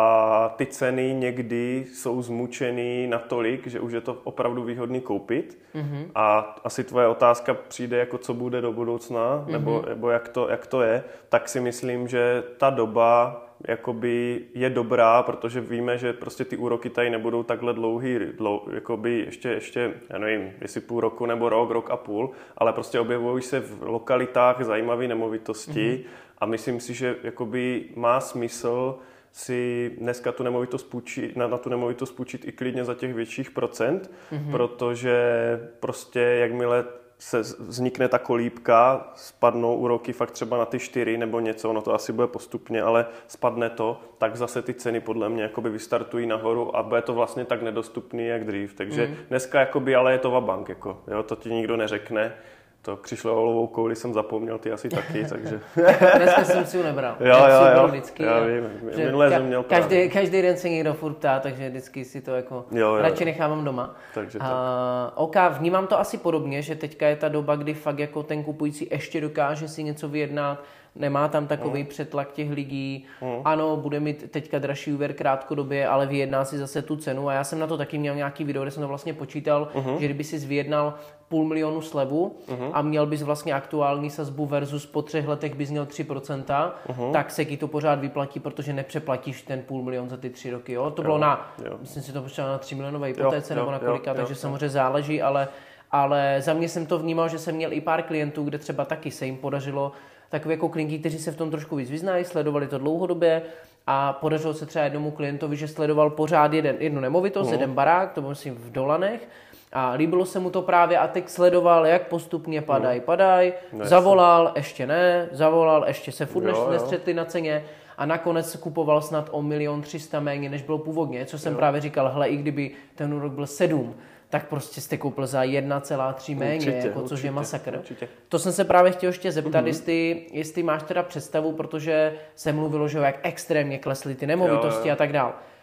a ty ceny někdy jsou zmučený natolik, že už je to opravdu výhodný koupit. Mm-hmm. A asi tvoje otázka přijde jako co bude do budoucna, mm-hmm. nebo, nebo jak, to, jak to je, tak si myslím, že ta doba jakoby je dobrá, protože víme, že prostě ty úroky tady nebudou takhle dlouhý, dlou, jakoby ještě, ještě, já nevím, jestli půl roku nebo rok, rok a půl, ale prostě objevují se v lokalitách zajímavé nemovitosti mm-hmm. a myslím si, že jakoby má smysl si dneska tu nemovitost půjčit, na, na tu nemovitost půjčit i klidně za těch větších procent, mm-hmm. protože prostě jakmile se vznikne ta kolíbka, spadnou úroky fakt třeba na ty čtyři nebo něco, no to asi bude postupně, ale spadne to, tak zase ty ceny podle mě jakoby vystartují nahoru a bude to vlastně tak nedostupný jak dřív. Takže mm. dneska jakoby, ale je to vabank, jako, jo, to ti nikdo neřekne. To křišťálovou kouli jsem zapomněl, ty asi taky, takže... Dneska jsem si ji nebral. Jo, jo, jo, vždycky, já vím. Minulé jsem měl každý, právě. Každý den se někdo furt ptá, takže vždycky si to jako jo, jo, radši jo. nechávám doma. Takže tak. Uh, OK, vnímám to asi podobně, že teďka je ta doba, kdy fakt jako ten kupující ještě dokáže si něco vyjednat, nemá tam takový mm. přetlak těch lidí. Mm. Ano, bude mít teďka dražší úvěr krátkodobě, ale vyjedná si zase tu cenu. A já jsem na to taky měl nějaký video, kde jsem to vlastně počítal, mm. že kdyby si vyjednal půl milionu slevu mm. a měl bys vlastně aktuální sazbu versus po třech letech bys měl tři procenta, mm. tak se ti to pořád vyplatí, protože nepřeplatíš ten půl milion za ty tři roky. Jo? To jo, bylo na, jo. myslím si to počítalo na tři milionové hypotéce jo, nebo jo, na kolika, jo, takže jo, samozřejmě jo. záleží, ale, ale za mě jsem to vnímal, že jsem měl i pár klientů, kde třeba taky se jim podařilo takové jako klienti, kteří se v tom trošku víc vyznají, sledovali to dlouhodobě a podařilo se třeba jednomu klientovi, že sledoval pořád jeden, jednu nemovitost, uh. jeden barák, to myslím v Dolanech, a líbilo se mu to právě a teď sledoval, jak postupně padají, uh. padají, zavolal, ještě ne, zavolal, ještě se furt jo, nestřetli na ceně a nakonec se kupoval snad o milion třista méně, než bylo původně, co jsem jo. právě říkal, hle, i kdyby ten úrok byl sedm, tak prostě jste koupil za jedna celá tři méně, určitě, jako, což určitě, je masakr. Určitě. To jsem se právě chtěl ještě zeptat, mm-hmm. jestli, jestli máš teda představu, protože se mluvilo, že jak extrémně klesly ty nemovitosti jo, jo. a tak dál.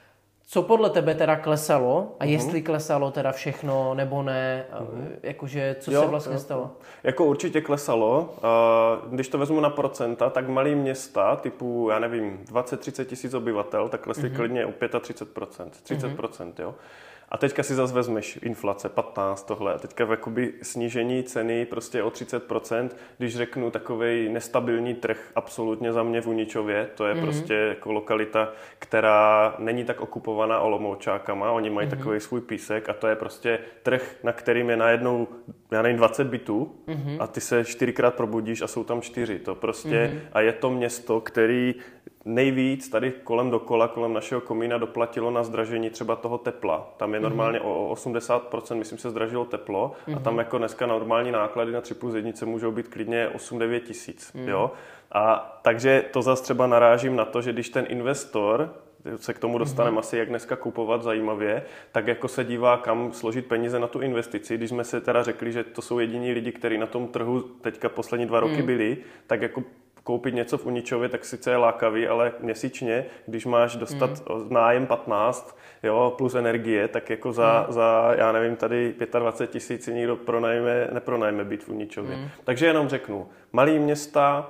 Co podle tebe teda klesalo a jestli mm. klesalo teda všechno nebo ne, mm. jakože co jo, se vlastně jo. stalo? Jako určitě klesalo. Když to vezmu na procenta, tak malý města typu, já nevím, dvacet třicet tisíc obyvatel, tak klesly mm. klidně o třicet pět procent, třicet procent, mm. jo. A teďka si zase vezmeš inflace patnáct tohle a teďka jakoby snížení ceny prostě o třicet procent, když řeknu takovej nestabilní trh absolutně za mě v Uničově, to je mm-hmm. prostě jako lokalita, která není tak okupovaná Olomoučákama, oni mají mm-hmm. takový svůj písek a to je prostě trh, na kterým je najednou, já nevím, dvacet bytů mm-hmm. a ty se čtyřikrát probudíš a jsou tam čtyři, to prostě mm-hmm. a je to město, který nejvíc tady kolem dokola, kolem našeho komína doplatilo na zdražení třeba toho tepla. Tam je normálně mm-hmm. o osmdesát procent, myslím, se zdražilo teplo mm-hmm. a tam jako dneska normální náklady na tři plus jednice můžou být klidně osm devět tisíc. Mm-hmm. Jo? A takže to zase třeba narážím na to, že když ten investor se k tomu dostaneme mm-hmm. asi, jak dneska kupovat zajímavě, tak jako se dívá, kam složit peníze na tu investici. Když jsme se teda řekli, že to jsou jediní lidi, kteří na tom trhu teďka poslední dva roky mm. byli, tak jako koupit něco v Uničově, tak sice je lákavý, ale měsíčně, když máš dostat mm. nájem patnáct, jo, plus energie, tak jako za, mm. za já nevím, tady dvacet pět tisíc nikdo pronajme, nepronajme byt v Uničově. Mm. Takže jenom řeknu, malý města,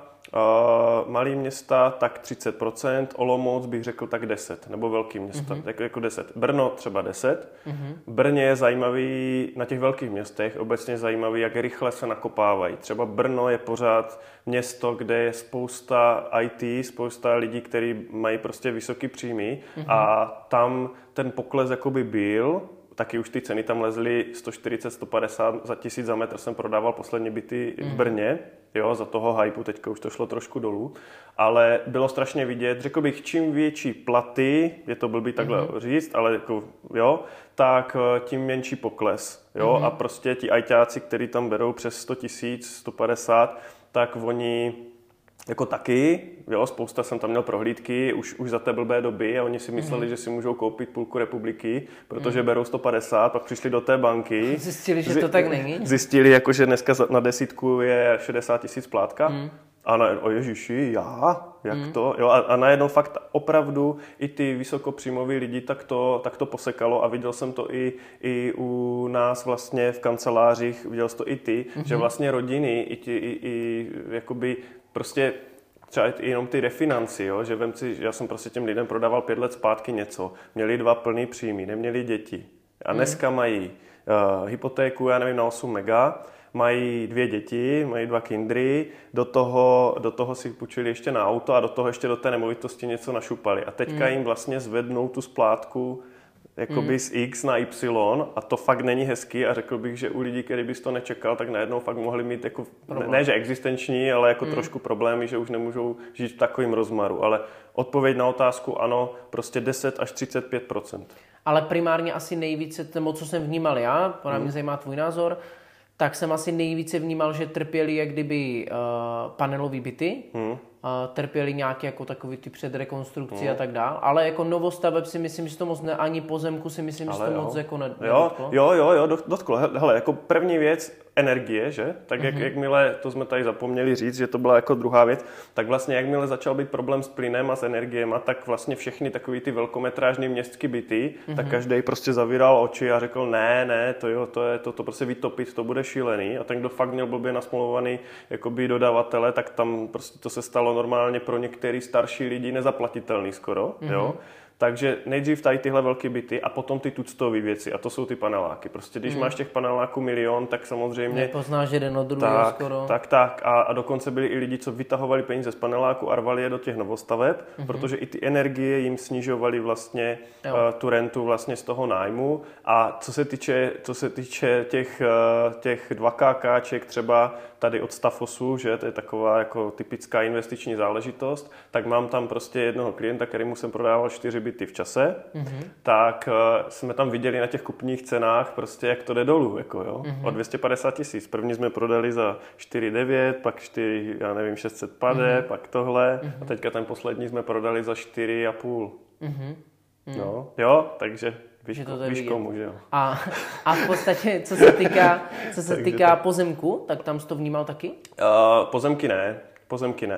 Uh, malý města tak třicet procent, Olomouc bych řekl tak deset, nebo velký města, mm-hmm. jako, jako deset. Brno třeba deset. Mm-hmm. V Brně je zajímavý, na těch velkých městech obecně zajímavý, jak rychle se nakopávají. Třeba Brno je pořád město, kde je spousta í té, spousta lidí, kteří mají prostě vysoký příjmy mm-hmm. a tam ten pokles jakoby byl, taky už ty ceny tam lezly sto čtyřicet sto padesát za tisíc za metr, jsem prodával poslední byty mm. v Brně, jo, za toho hypeu, teďka už to šlo trošku dolů, ale bylo strašně vidět, řekl bych, čím větší platy, je to blbý takhle mm. říct, ale jako, jo, tak tím menší pokles, jo, mm. a prostě ti ajťáci, kteří tam berou přes sto tisíc, sto padesát, tak oni jako taky, jo, spousta jsem tam měl prohlídky už, už za té blbé doby a oni si mysleli, mm. že si můžou koupit půlku republiky, protože mm. berou sto padesát, pak přišli do té banky. Zjistili, že to tak není. Zjistili, jako, že dneska na desítku je šedesát tisíc plátka. Mm. A na, o ježiši, já? Jak mm. to? Jo, a, a najednou fakt opravdu i ty vysokopříjmoví lidi tak to, tak to posekalo a viděl jsem to i, i u nás vlastně v kancelářích, viděl jsi to i ty, mm-hmm. že vlastně rodiny, i, ti, i, i jakoby prostě třeba jenom ty refinanci, jo? Že vem si, já jsem prostě těm lidem prodával pět let zpátky něco, měli dva plný příjmy, neměli děti a dneska mm. mají uh, hypotéku, já nevím, na osm mega, mají dvě děti, mají dva kindry, do toho, do toho si půjčili ještě na auto a do toho ještě do té nemovitosti něco našupali a teďka mm. jim vlastně zvednou tu splátku jakoby mm. z X na Y a to fakt není hezký a řekl bych, že u lidí, který bys to nečekal, tak najednou fakt mohli mít jako, ne, ne že existenční, ale jako mm. trošku problémy, že už nemůžou žít v takovém rozmaru, ale odpověď na otázku ano, prostě deset až třicet pět procent. Ale primárně asi nejvíce, nebo co jsem vnímal já, podle mě mm. zajímá tvůj názor, tak jsem asi nejvíce vnímal, že trpěli jak kdyby uh, panelové byty, hmm. uh, trpěli nějaké jako takový ty předrekonstrukci hmm. a tak dál, ale jako novostaveb si myslím, že to moc ne, ani pozemku si myslím, ale že to jo. moc jako nedotklo. Jo, jo, jo, dotklo. Hele, jako první věc, energie, že? Tak jak, mm-hmm. jakmile, to jsme tady zapomněli říct, že to byla jako druhá věc, tak vlastně jakmile začal být problém s plynem a s energiema, tak vlastně všechny takový ty velkometrážní městské byty, mm-hmm. tak každý prostě zavíral oči a řekl ne, ne, to jo, to je to, to prostě vytopit, to bude šílený. A ten, kdo fakt měl blbě nasmlouvaný jakoby dodavatele, tak tam prostě to se stalo normálně pro některý starší lidi nezaplatitelný skoro, mm-hmm. jo. Takže nejdřív tady tyhle velké byty a potom ty tuctové věci a to jsou ty paneláky. Prostě když hmm. máš těch paneláků milion, tak samozřejmě... Nepoznáš jeden od druhého tak, skoro. Tak, tak. A, a dokonce byli i lidi, co vytahovali peníze z paneláku a rvali je do těch novostaveb, hmm. protože i ty energie jim snižovaly vlastně uh, tu rentu vlastně z toho nájmu. A co se týče, co se týče těch, uh, těch dva káček třeba tady od Stafosu, že to je taková jako typická investiční záležitost, tak mám tam prostě jednoho klienta, kterému jsem prodával čtyři byty v čase, mm-hmm. tak uh, jsme tam viděli na těch kupních cenách prostě, jak to jde dolů, jako jo, mm-hmm. o dvě stě padesát tisíc. První jsme prodali za čtyři devět, pak čtyři, já nevím, šest set padé, mm-hmm. pak tohle mm-hmm. a teďka ten poslední jsme prodali za čtyři a půl. Mm-hmm. No, jo, takže víš, víš komu, že jo. A, a v podstatě, co se týká, co se týká pozemku, tak tam jsi to vnímal taky? Uh, pozemky ne, pozemky ne.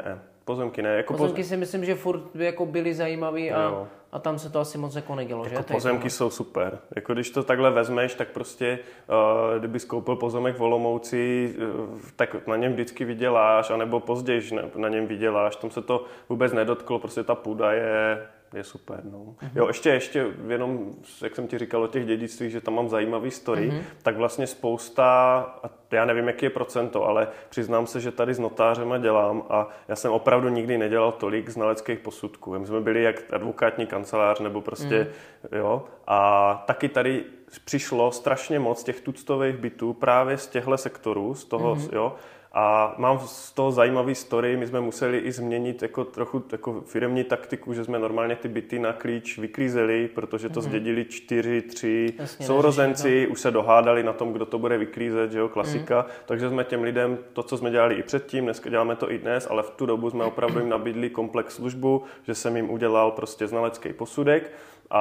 Pozemky ne. Jako pozemky poz... si myslím, že furt by jako byly zajímavý a, a tam se to asi moc jako nedělo, jako že? Pozemky jsou super. Jako když to takhle vezmeš, tak prostě, uh, kdyby skoupil pozemek v Olomouci, uh, tak na něm vždycky vyděláš, anebo později na, na něm vyděláš. Tam se to vůbec nedotklo, prostě ta půda je... je super, no. Mm-hmm. Jo, ještě, ještě jenom, jak jsem ti říkal o těch dědictvích, že tam mám zajímavý story, mm-hmm. tak vlastně spousta, a já nevím, jaký je procento, ale přiznám se, že tady s notářema dělám a já jsem opravdu nikdy nedělal tolik znaleckých posudků. My jsme byli jak advokátní kancelář, nebo prostě, mm. jo, a taky tady přišlo strašně moc těch tuctových bytů právě z těchto sektorů, z toho, mm-hmm. jo, a mám z toho zajímavý story, my jsme museli i změnit jako trochu jako firemní taktiku, že jsme normálně ty byty na klíč vyklízeli, protože to mm-hmm. zdědili čtyři, tři Jasně, sourozenci, neřešili, už se dohádali na tom, kdo to bude vyklízet, že jo, klasika. Mm. Takže jsme těm lidem, to, co jsme dělali i předtím, dneska děláme to i dnes, ale v tu dobu jsme opravdu jim nabídli komplex službu, že jsem jim udělal prostě znalecký posudek. A,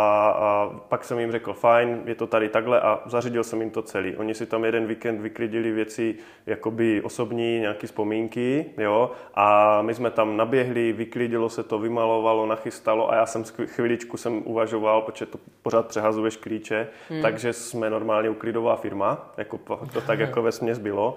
a pak jsem jim řekl, fajn, je to tady takhle a zařídil jsem jim to celý. Oni si tam jeden víkend vyklidili věci jakoby osobní, nějaké vzpomínky, jo, a my jsme tam naběhli, vyklidilo se to, vymalovalo, nachystalo a já jsem chviličku jsem uvažoval, protože to pořád přehazuješ klíče, hmm. takže jsme normálně uklidová firma, jako to tak jako vesměs bylo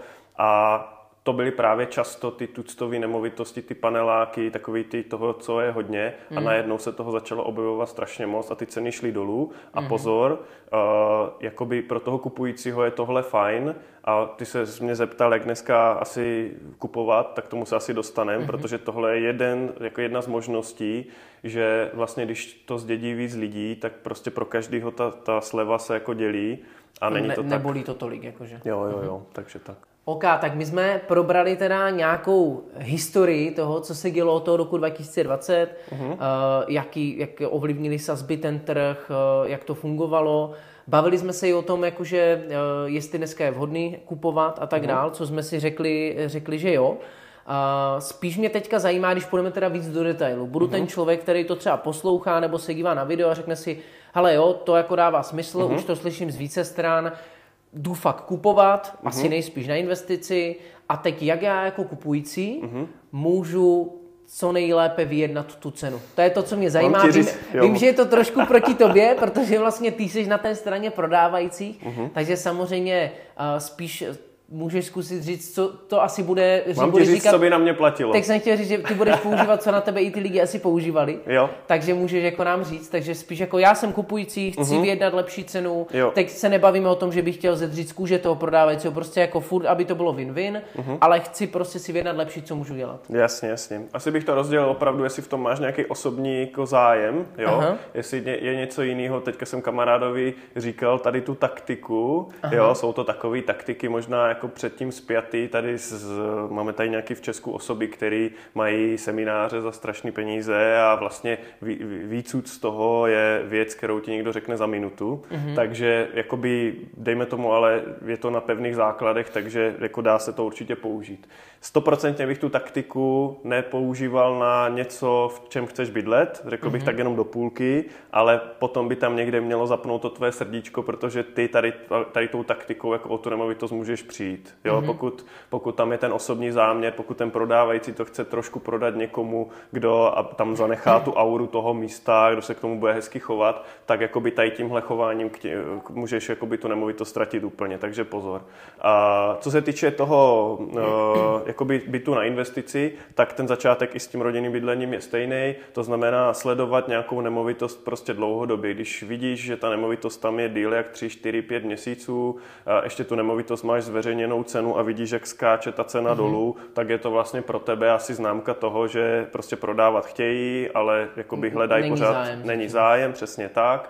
a to byly právě často ty tuctové nemovitosti, ty paneláky, takový ty toho, co je hodně a mm. najednou se toho začalo objevovat strašně moc a ty ceny šly dolů a mm. pozor, uh, jakoby pro toho kupujícího je tohle fajn a ty se mě zeptal, jak dneska asi kupovat, tak tomu se asi dostaneme, mm. protože tohle je jeden, jako jedna z možností, že vlastně když to zdědí víc lidí, tak prostě pro každýho ta, ta sleva se jako dělí a není ne, to tak. Nebolí to tolik, jakože. Jo, jo, jo, takže tak. OK, tak my jsme probrali teda nějakou historii toho, co se dělo od toho roku dva tisíce dvacet, uh-huh. uh, jaký, jak ovlivnili sazby ten trh, uh, jak to fungovalo. Bavili jsme se i o tom, jakože, uh, jestli dneska je vhodný kupovat a tak uh-huh. dál, co jsme si řekli, řekli, že jo. Uh, spíš mě teďka zajímá, když půjdeme teda víc do detailu. Budu uh-huh. ten člověk, který to třeba poslouchá nebo se dívá na video a řekne si, hele jo, to jako dává smysl, uh-huh. už to slyším z více stran, jdu fakt kupovat, uh-huh. asi nejspíš na investici a teď jak já jako kupující uh-huh. můžu co nejlépe vyjednat tu cenu. To je to, co mě zajímá. Říct, vím, vím, že je to trošku proti tobě, protože vlastně ty jsi na té straně prodávajících, uh-huh. takže samozřejmě uh, spíš můžeš zkusit říct, co to asi bude... Mám ti říct, říkat, co by na mě platilo. Tak jsem chtěl říct, že ty budeš používat, co na tebe i ty lidi asi používali. Jo. Takže můžeš jako nám říct, takže spíš jako já jsem kupující, chci uh-huh. vyjednat lepší cenu, jo. teď se nebavíme o tom, že bych chtěl zedřít z kůže toho prodávajícího, prostě jako furt, aby to bylo win-win, uh-huh. ale chci prostě si vyjednat lepší, co můžu dělat. Jasně, jasně. Asi bych to rozdělil opravdu, jestli v tom máš nějaký osobní jako zájem, jo. Uh-huh. Jestli je něco jiného, teďka jsem kamarádovi říkal tady tu taktiku, uh-huh. jo, jsou to takové taktiky možná jako předtím zpět. Tady z, máme tady nějaký v Česku osoby, které mají semináře za strašné peníze a vlastně víc z toho je věc, kterou ti někdo řekne za minutu. Mm-hmm. Takže jakoby, dejme tomu, ale je to na pevných základech, takže jako dá se to určitě použít. Stoprocentně bych tu taktiku nepoužíval na něco, v čem chceš bydlet, řekl bych mm-hmm. tak jenom do půlky, ale potom by tam někde mělo zapnout to tvé srdíčko, protože ty tady, tady tou taktikou jako o tu nemovitost můžeš přijít. Jo, mm-hmm. pokud, pokud tam je ten osobní záměr, pokud ten prodávající to chce trošku prodat někomu, kdo a tam zanechá tu auru toho místa, kdo se k tomu bude hezky chovat, tak jakoby tady tímhle chováním tě, můžeš jakoby tu nemovitost ztratit úplně, takže pozor. A co se týče toho uh, jakoby bytu na investici, tak ten začátek i s tím rodinným bydlením je stejný, to znamená sledovat nějakou nemovitost prostě dlouhodobě. Když vidíš, že ta nemovitost tam je díl jak tři, čtyři, pět měsíců, a ještě tu nemovitost máš zveřejněnou cenu a vidíš, jak skáče ta cena mm-hmm. dolů, tak je to vlastně pro tebe asi známka toho, že prostě prodávat chtějí, ale jakoby hledají není pořád, zájem, není zájem, přesně tak.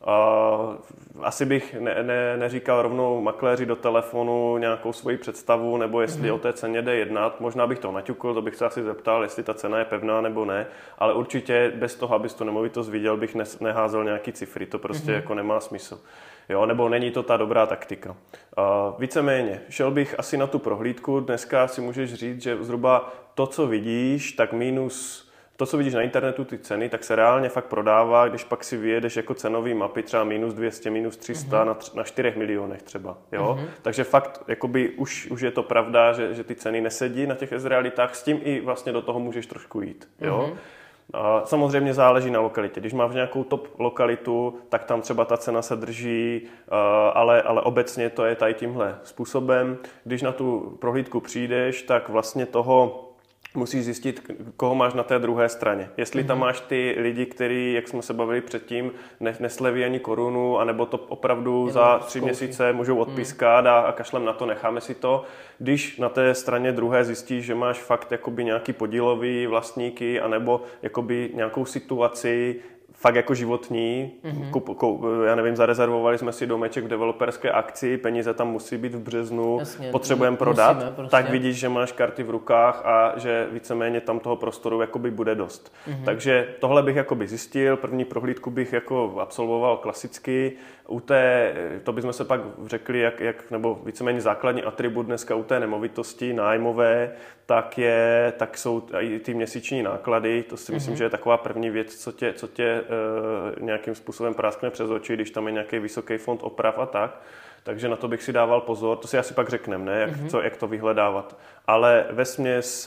Uh, asi bych ne, ne, neříkal rovnou makléři do telefonu nějakou svoji představu, nebo jestli mm-hmm. o té ceně jde jednat. Možná bych to naťukl, to bych se asi zeptal, jestli ta cena je pevná nebo ne, ale určitě bez toho, abys tu nemovitost viděl, bych ne, neházel nějaký cifry, to prostě mm-hmm. jako nemá smysl. Jo, nebo není to ta dobrá taktika. Uh, víceméně, šel bych asi na tu prohlídku, dneska si můžeš říct, že zhruba to, co vidíš, tak minus To, co vidíš na internetu, ty ceny, tak se reálně fakt prodává, když pak si vyjedeš jako cenový mapy třeba minus dvě stě, minus tři sta mm-hmm. na, tř- na čtyřech milionech třeba. Jo? Mm-hmm. Takže fakt jakoby už, už je to pravda, že, že ty ceny nesedí na těch S-realitách, s tím i vlastně do toho můžeš trošku jít. Jo? Mm-hmm. A samozřejmě záleží na lokalitě. Když máš nějakou top lokalitu, tak tam třeba ta cena se drží, ale, ale obecně to je tady tímhle způsobem. Když na tu prohlídku přijdeš, tak vlastně toho musíš zjistit, koho máš na té druhé straně. Jestli mm-hmm. tam máš ty lidi, kteří, jak jsme se bavili předtím, ne, nesleví ani korunu, anebo to opravdu je za tři měsíce můžou odpískat a, a kašlem na to, necháme si to. Když na té straně druhé zjistíš, že máš fakt jakoby nějaký podílový vlastníky, anebo jakoby nějakou situaci, fakt jako životní, mm-hmm. kup, kup, já nevím, zarezervovali jsme si domeček v developerské akci, peníze tam musí být v březnu, potřebujeme prodat, prostě. Tak vidíš, že máš karty v rukách a že víceméně tam toho prostoru jakoby bude dost. Mm-hmm. Takže tohle bych jakoby zjistil, první prohlídku bych jako absolvoval klasicky, u té, to bychom se pak řekli, jak, jak, nebo víceméně základní atribut dneska u té nemovitosti nájmové, tak, je, tak jsou i ty měsíční náklady, to si myslím, mm-hmm. že je taková první věc, co tě, co tě e, nějakým způsobem práskne přes oči, když tam je nějaký vysoký fond oprav a tak. Takže na to bych si dával pozor, to si asi pak řekneme, ne? Jak, mm-hmm. co, jak to vyhledávat. Ale vesměs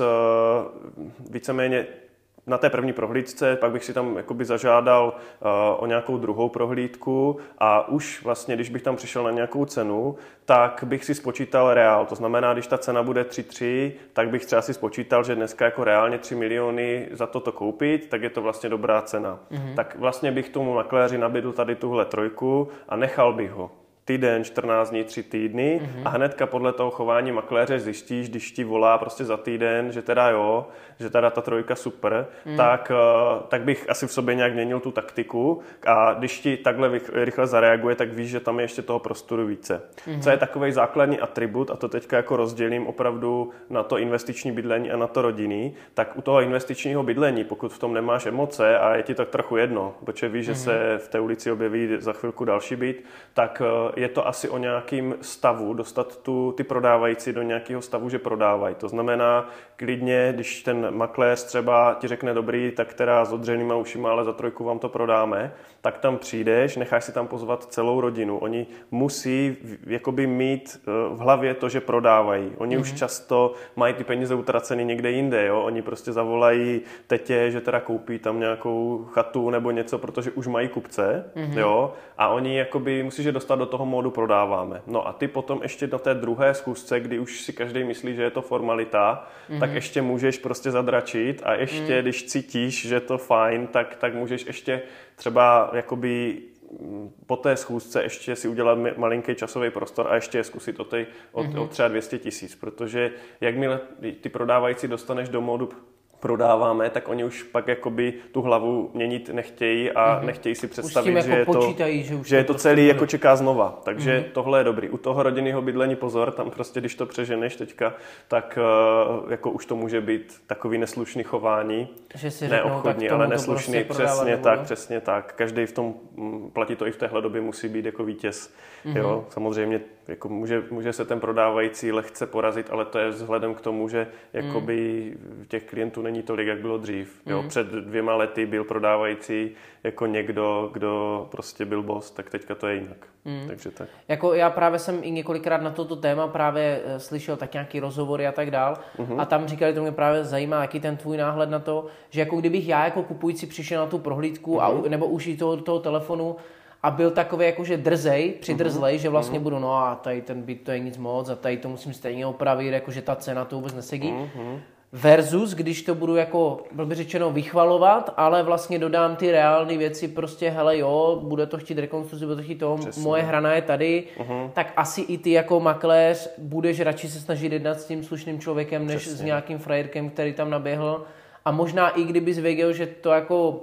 víceméně na té první prohlídce, pak bych si tam jakoby zažádal uh, o nějakou druhou prohlídku a už vlastně, když bych tam přišel na nějakou cenu, tak bych si spočítal reál. To znamená, když ta cena bude tři tři, tak bych třeba si spočítal, že dneska jako reálně tři miliony za toto koupit, tak je to vlastně dobrá cena. Mm-hmm. Tak vlastně bych tomu makléři nabídl tady tuhle trojku a nechal bych ho. Týden, čtrnáct dní, tři týdny mm-hmm. a hnedka podle toho chování makléře zjistíš, když ti volá prostě za týden, že teda jo, že teda ta trojka super, mm. tak, tak bych asi v sobě nějak měnil tu taktiku a když ti takhle rychle zareaguje, tak víš, že tam je ještě toho prostoru více. Mm-hmm. Co je takovej základní atribut, a to teďka jako rozdělím opravdu na to investiční bydlení a na to rodinný, tak u toho investičního bydlení, pokud v tom nemáš emoce a je ti tak trochu jedno, protože víš, mm-hmm. že se v té ulici objeví za chvilku další byt, tak je to asi o nějakým stavu, dostat tu, ty prodávající do nějakého stavu, že prodávají. To znamená, klidně, když ten makléř třeba ti řekne dobrý, tak teda s odřenýma ušima, ale za trojku vám to prodáme, tak tam přijdeš, necháš si tam pozvat celou rodinu. Oni musí jakoby mít v hlavě to, že prodávají. Oni mm-hmm. už často mají ty peníze utraceny někde jinde. Jo? Oni prostě zavolají tetě, že teda koupí tam nějakou chatu nebo něco, protože už mají kupce. Mm-hmm. Jo? A oni jakoby musíš je dostat do toho módu prodáváme. No a ty potom ještě na té druhé schůzce, kdy už si každý myslí, že je to formalita, mm-hmm. tak ještě můžeš prostě zadračit a ještě, mm. když cítíš, že to fajn, tak, tak můžeš ještě třeba jakoby po té schůzce ještě si udělat malinký časový prostor a ještě je zkusit o, tej, o, mm-hmm. o třeba dvě stě tisíc, protože jakmile ty prodávající dostaneš do módu prodáváme, tak oni už pak jakoby tu hlavu měnit nechtějí a mm-hmm. nechtějí si představit, jako že je to, že, že je to celý bude. Jako čeká znova. Takže mm-hmm. tohle je dobrý. U toho rodinného bydlení pozor, tam prostě, když to přeženeš teďka, tak uh, jako už to může být takový neslušný chování. Že si ne řeknou, obchodní, ale neslušný. Prostě přesně tak, přesně tak. Každý v tom, platí to i v téhle době, musí být jako vítěz. Mm-hmm. Jo? Samozřejmě jako může, může se ten prodávající lehce porazit, ale to je vzhledem k tomu, že jakoby mm. těch klientů není tolik, jak bylo dřív. Jo? Mm. Před dvěma lety byl prodávající jako někdo, kdo prostě byl boss, tak teďka to je jinak. Mm. Takže tak. Jako já právě jsem i několikrát na toto téma právě slyšel tak nějaký rozhovory a tak dál mm-hmm. a tam říkali, to mě právě zajímá, jaký ten tvůj náhled na to, že jako kdybych já jako kupující přišel na tu prohlídku mm-hmm. a, nebo už i toho, toho telefonu a byl takový jakože drzej, přidrzlej, mm-hmm. že vlastně mm-hmm. budu, no a tady ten byt to je nic moc a tady to musím stejně opravit, jakože ta cena to vůbec nesedí. Mm-hmm. Versus, když to budu jako, byl by řečeno, vychvalovat, ale vlastně dodám ty reální věci, prostě hele jo, bude to chtít rekonstrukci, bude to chtít to, přesně. Moje hrana je tady, uh-huh. tak asi i ty jako makléř budeš radši se snažit jednat s tím slušným člověkem, než přesně. s nějakým frajerkem, který tam naběhl. A možná i kdybys věděl, že to jako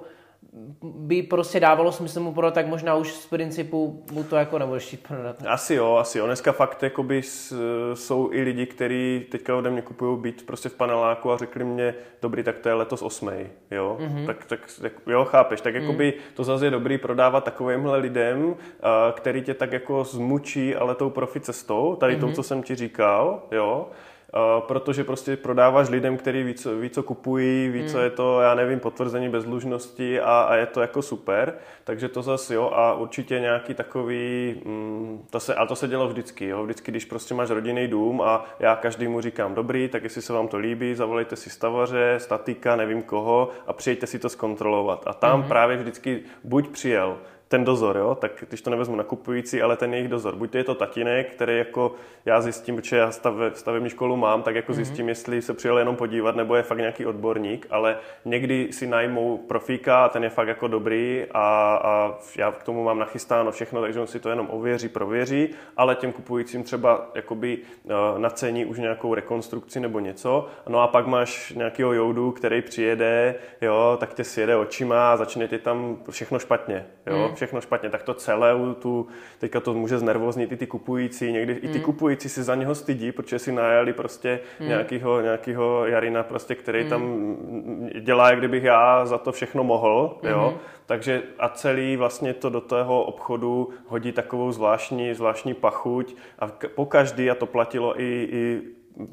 by prostě dávalo smysl mu prodat, tak možná už z principu mu to jako nebudeš chtít prodat. Asi jo, asi jo. Dneska fakt jakoby jsou i lidi, kteří teďka ode mě kupují byt prostě v paneláku a řekli mě, dobrý, tak to je letos osmej, jo. Mm-hmm. Tak, tak, tak jo, chápeš, tak jakoby mm. to zase je dobrý prodávat takovýmhle lidem, který tě tak jako zmučí, ale tou profi cestou, tady mm-hmm. tou, co jsem ti říkal, jo. Uh, protože prostě prodáváš lidem, kteří ví, co, ví, co kupují, ví, hmm. co je to, já nevím, potvrzení bezdlužnosti a, a je to jako super, takže to zase jo a určitě nějaký takový, mm, to se, ale to se dělo vždycky, jo, vždycky, když prostě máš rodinný dům a já každému říkám dobrý, tak jestli se vám to líbí, zavolejte si stavaře, statika, nevím koho a přijďte si to zkontrolovat a tam hmm. právě vždycky buď přijel ten dozor, jo, tak když to nevezmu na kupující, ale ten jejich dozor. Buď to je to tatínek, který jako já zjistím, protože já stave, stavební školu mám, tak jako mm-hmm. zjistím, jestli se přijel jenom podívat, nebo je fakt nějaký odborník, ale někdy si najmou profíka a ten je fakt jako dobrý a, a já k tomu mám nachystáno všechno, takže on si to jenom ověří, prověří, ale těm kupujícím třeba jakoby uh, nacení už nějakou rekonstrukci nebo něco. No a pak máš nějakého joudu, který přijede, jo, tak tě sjede očima a začne ti tam všechno špatně, jo. Mm. Všechno špatně, tak to celé tu, teďka to může znervoznit i ty kupující, někdy mm. i ty kupující si za něho stydí, protože si najali prostě mm. nějakýho, nějakýho Jarina prostě, který mm. tam dělá, jak kdybych já za to všechno mohl, mm. jo, takže a celý vlastně to do toho obchodu hodí takovou zvláštní, zvláštní pachuť a pokaždý, a to platilo i, i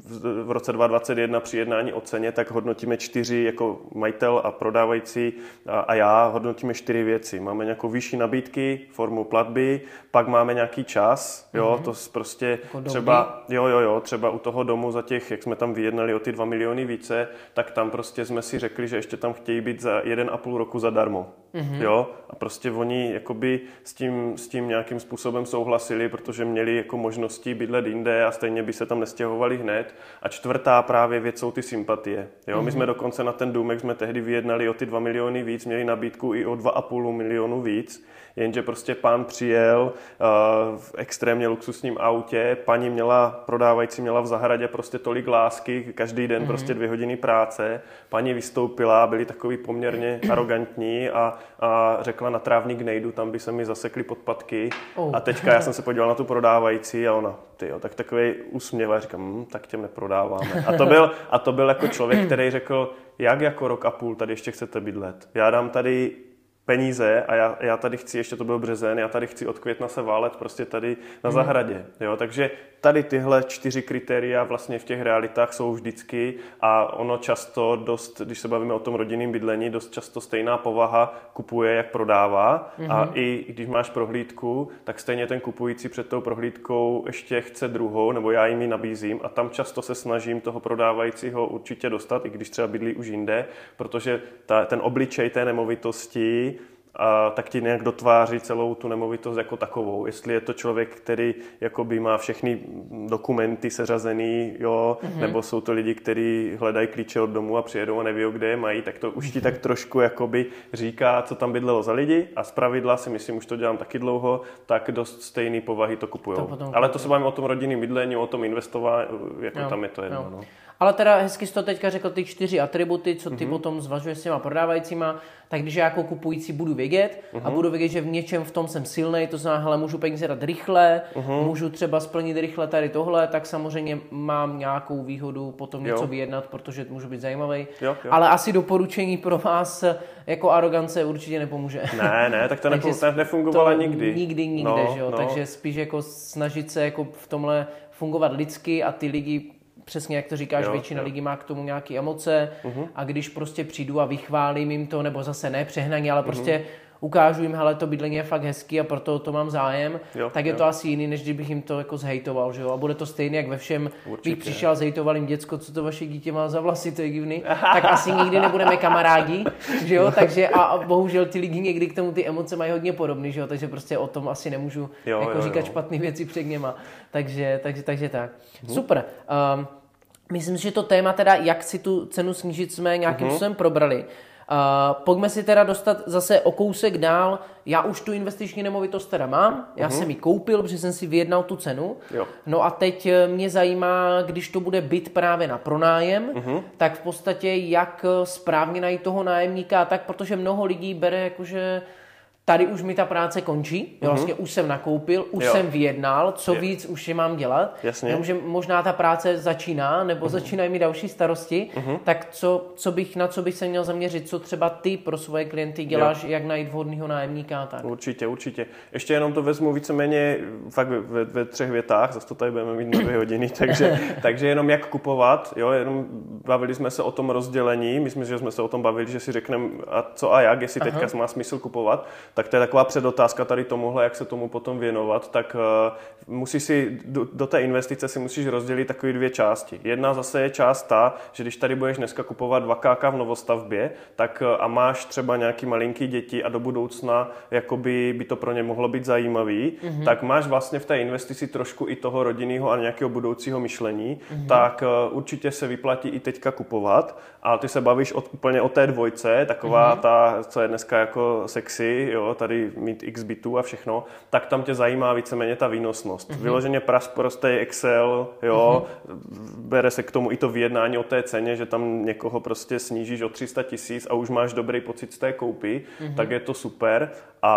v roce dva tisíce dvacet jedna při jednání o ceně, tak hodnotíme čtyři, jako majitel a prodávající a, a já hodnotíme čtyři věci. Máme nějakou výši nabídky, formu platby, pak máme nějaký čas, jo, mm-hmm. to prostě jako třeba, jo, jo, jo, třeba u toho domu za těch, jak jsme tam vyjednali o ty dva miliony více, tak tam prostě jsme si řekli, že ještě tam chtějí být za jeden a půl roku zadarmo. Mm-hmm. Jo? A prostě oni jakoby s tím, s tím nějakým způsobem souhlasili, protože měli jako možnosti bydlet jinde a stejně by se tam nestěhovali hned. A čtvrtá právě věc jsou ty sympatie. Jo? Mm-hmm. My jsme dokonce na ten důmek jsme tehdy vyjednali o ty dva miliony víc, měli nabídku i o dva a půl milionu víc, jenže prostě pán přijel uh, v extrémně luxusním autě, paní měla, prodávající měla v zahradě prostě tolik lásky, každý den mm-hmm. prostě dvě hodiny práce, paní vystoupila, byli takový poměrně arrogantní a, a řekla, na trávník nejdu, tam by se mi zasekly podpatky oh. a teďka já jsem se podíval na tu prodávající a ona, tyjo, tak takový úsměv a říkám, hm, tak těm neprodáváme. A to byl, a to byl jako člověk, který řekl, jak jako rok a půl tady ještě chcete bydlet. Já dám tady peníze a já, já tady chci, ještě to byl březen, já tady chci od května se válet prostě tady na zahradě. Jo? Takže tady tyhle čtyři kritéria vlastně v těch realitách jsou vždycky a ono často dost, když se bavíme o tom rodinném bydlení, dost často stejná povaha kupuje, jak prodává mm-hmm. a i když máš prohlídku, tak stejně ten kupující před tou prohlídkou ještě chce druhou, nebo já jim ji nabízím a tam často se snažím toho prodávajícího určitě dostat, i když třeba bydlí už jinde, protože ta, ten obličej té nemovitosti a tak ti nějak dotváří celou tu nemovitost jako takovou. Jestli je to člověk, který jakoby má všechny dokumenty seřazený, jo, mm-hmm. nebo jsou to lidi, kteří hledají klíče od domu a přijedou a neví, kde je mají, tak to už ti tak trošku jakoby říká, co tam bydlelo za lidi a zpravidla si myslím, už to dělám taky dlouho, tak dost stejný povahy to kupujou. To Ale to se bavíme o tom rodinném bydlení, o tom investování, jako jo, tam je to jedno. Jo. No. Ale teda hezky jsi to teďka řekl, ty čtyři atributy, co ty mm-hmm. potom zvažuješ s těma prodávajícíma, tak když já jako kupující budu vědět mm-hmm. a budu vědět, že v něčem v tom jsem silnej, to znamená, hele, můžu peníze dát rychle, mm-hmm. můžu třeba splnit rychle tady tohle, tak samozřejmě mám nějakou výhodu potom něco jo. vyjednat, protože můžu být zajímavý. Jo, jo. Ale asi doporučení pro vás jako arogance určitě nepomůže. Ne, ne, tak to nepo- nefungovalo nikdy. Nikdy, nikde, no, že jo? No. Takže spíš jako snažit se jako v tomhle fungovat lidsky a ty lidi, přesně jak to říkáš, jo, většina jo. lidí má k tomu nějaké emoce uh-huh. a když prostě přijdu a vychválím jim to, nebo zase ne přehnaně, ale prostě uh-huh. ukážu jim, hele, to bydlení je fakt hezký a proto to mám zájem, jo, tak je jo. to asi jiný, než kdybych jim to jako zhejtoval, že jo? A bude to stejné, jak ve všem, bych přišel, zhejtoval jim děcko, co to vaše dítě má za vlasy, to je divný, tak asi nikdy nebudeme kamarádi, že jo? Takže a, a bohužel ty lidi někdy k tomu ty emoce mají hodně podobný, že jo? Takže prostě o tom asi nemůžu jo, jako jo, říkat jo. špatné věci před něma. Takže, takže, takže tak. Hmm. Super. Um, Myslím si, že to téma teda, jak si tu cenu snížit, jsme nějakým uh-huh. způsobem probrali. Uh, pojďme si teda dostat zase o kousek dál. Já už tu investiční nemovitost teda mám, já uh-huh. jsem ji koupil, protože jsem si vyjednal tu cenu. Jo. No a teď mě zajímá, když to bude byt právě na pronájem, uh-huh. tak v podstatě jak správně najít toho nájemníka a tak, protože mnoho lidí bere jakože tady už mi ta práce končí, jo, vlastně už jsem nakoupil, už jo. jsem vyjednal, co Je. víc už je mám dělat, Jasně. Jenomže možná ta práce začíná, nebo uh-huh. začínají mi další starosti, uh-huh. tak co, co bych, na co bych se měl zaměřit, co třeba ty pro svoje klienty děláš, jo. jak najít vhodného nájemníka, tak. Určitě, určitě. Ještě jenom to vezmu víceméně fakt ve, ve třech větách, zase to tady budeme mít na dvě hodiny, takže, takže jenom jak kupovat, jo, jenom bavili jsme se o tom rozdělení, myslím, že jsme se o tom bavili, že si řekneme a co a jak, jestli teďka má smysl kupovat, tak to je taková předotázka tady tomuhle, jak se tomu potom věnovat, tak uh, musíš si do, do té investice si musíš rozdělit takové dvě části. Jedna zase je část ta, že když tady budeš dneska kupovat dva ká v novostavbě, tak uh, a máš třeba nějaký malinký děti a do budoucna jakoby by to pro ně mohlo být zajímavý, mm-hmm. tak máš vlastně v té investici trošku i toho rodinného a nějakého budoucího myšlení, mm-hmm. tak uh, určitě se vyplatí i teďka kupovat, ale ty se bavíš od, úplně o té dvojce, taková mm-hmm. ta, co je dneska jako sexy, jo, tady mít x bitů a všechno, tak tam tě zajímá víceméně ta výnosnost. Mm-hmm. Vyloženě prostý Excel, jo, mm-hmm. bere se k tomu i to vyjednání o té ceně, že tam někoho prostě snížíš o tři sta tisíc a už máš dobrý pocit z té koupy, mm-hmm. tak je to super.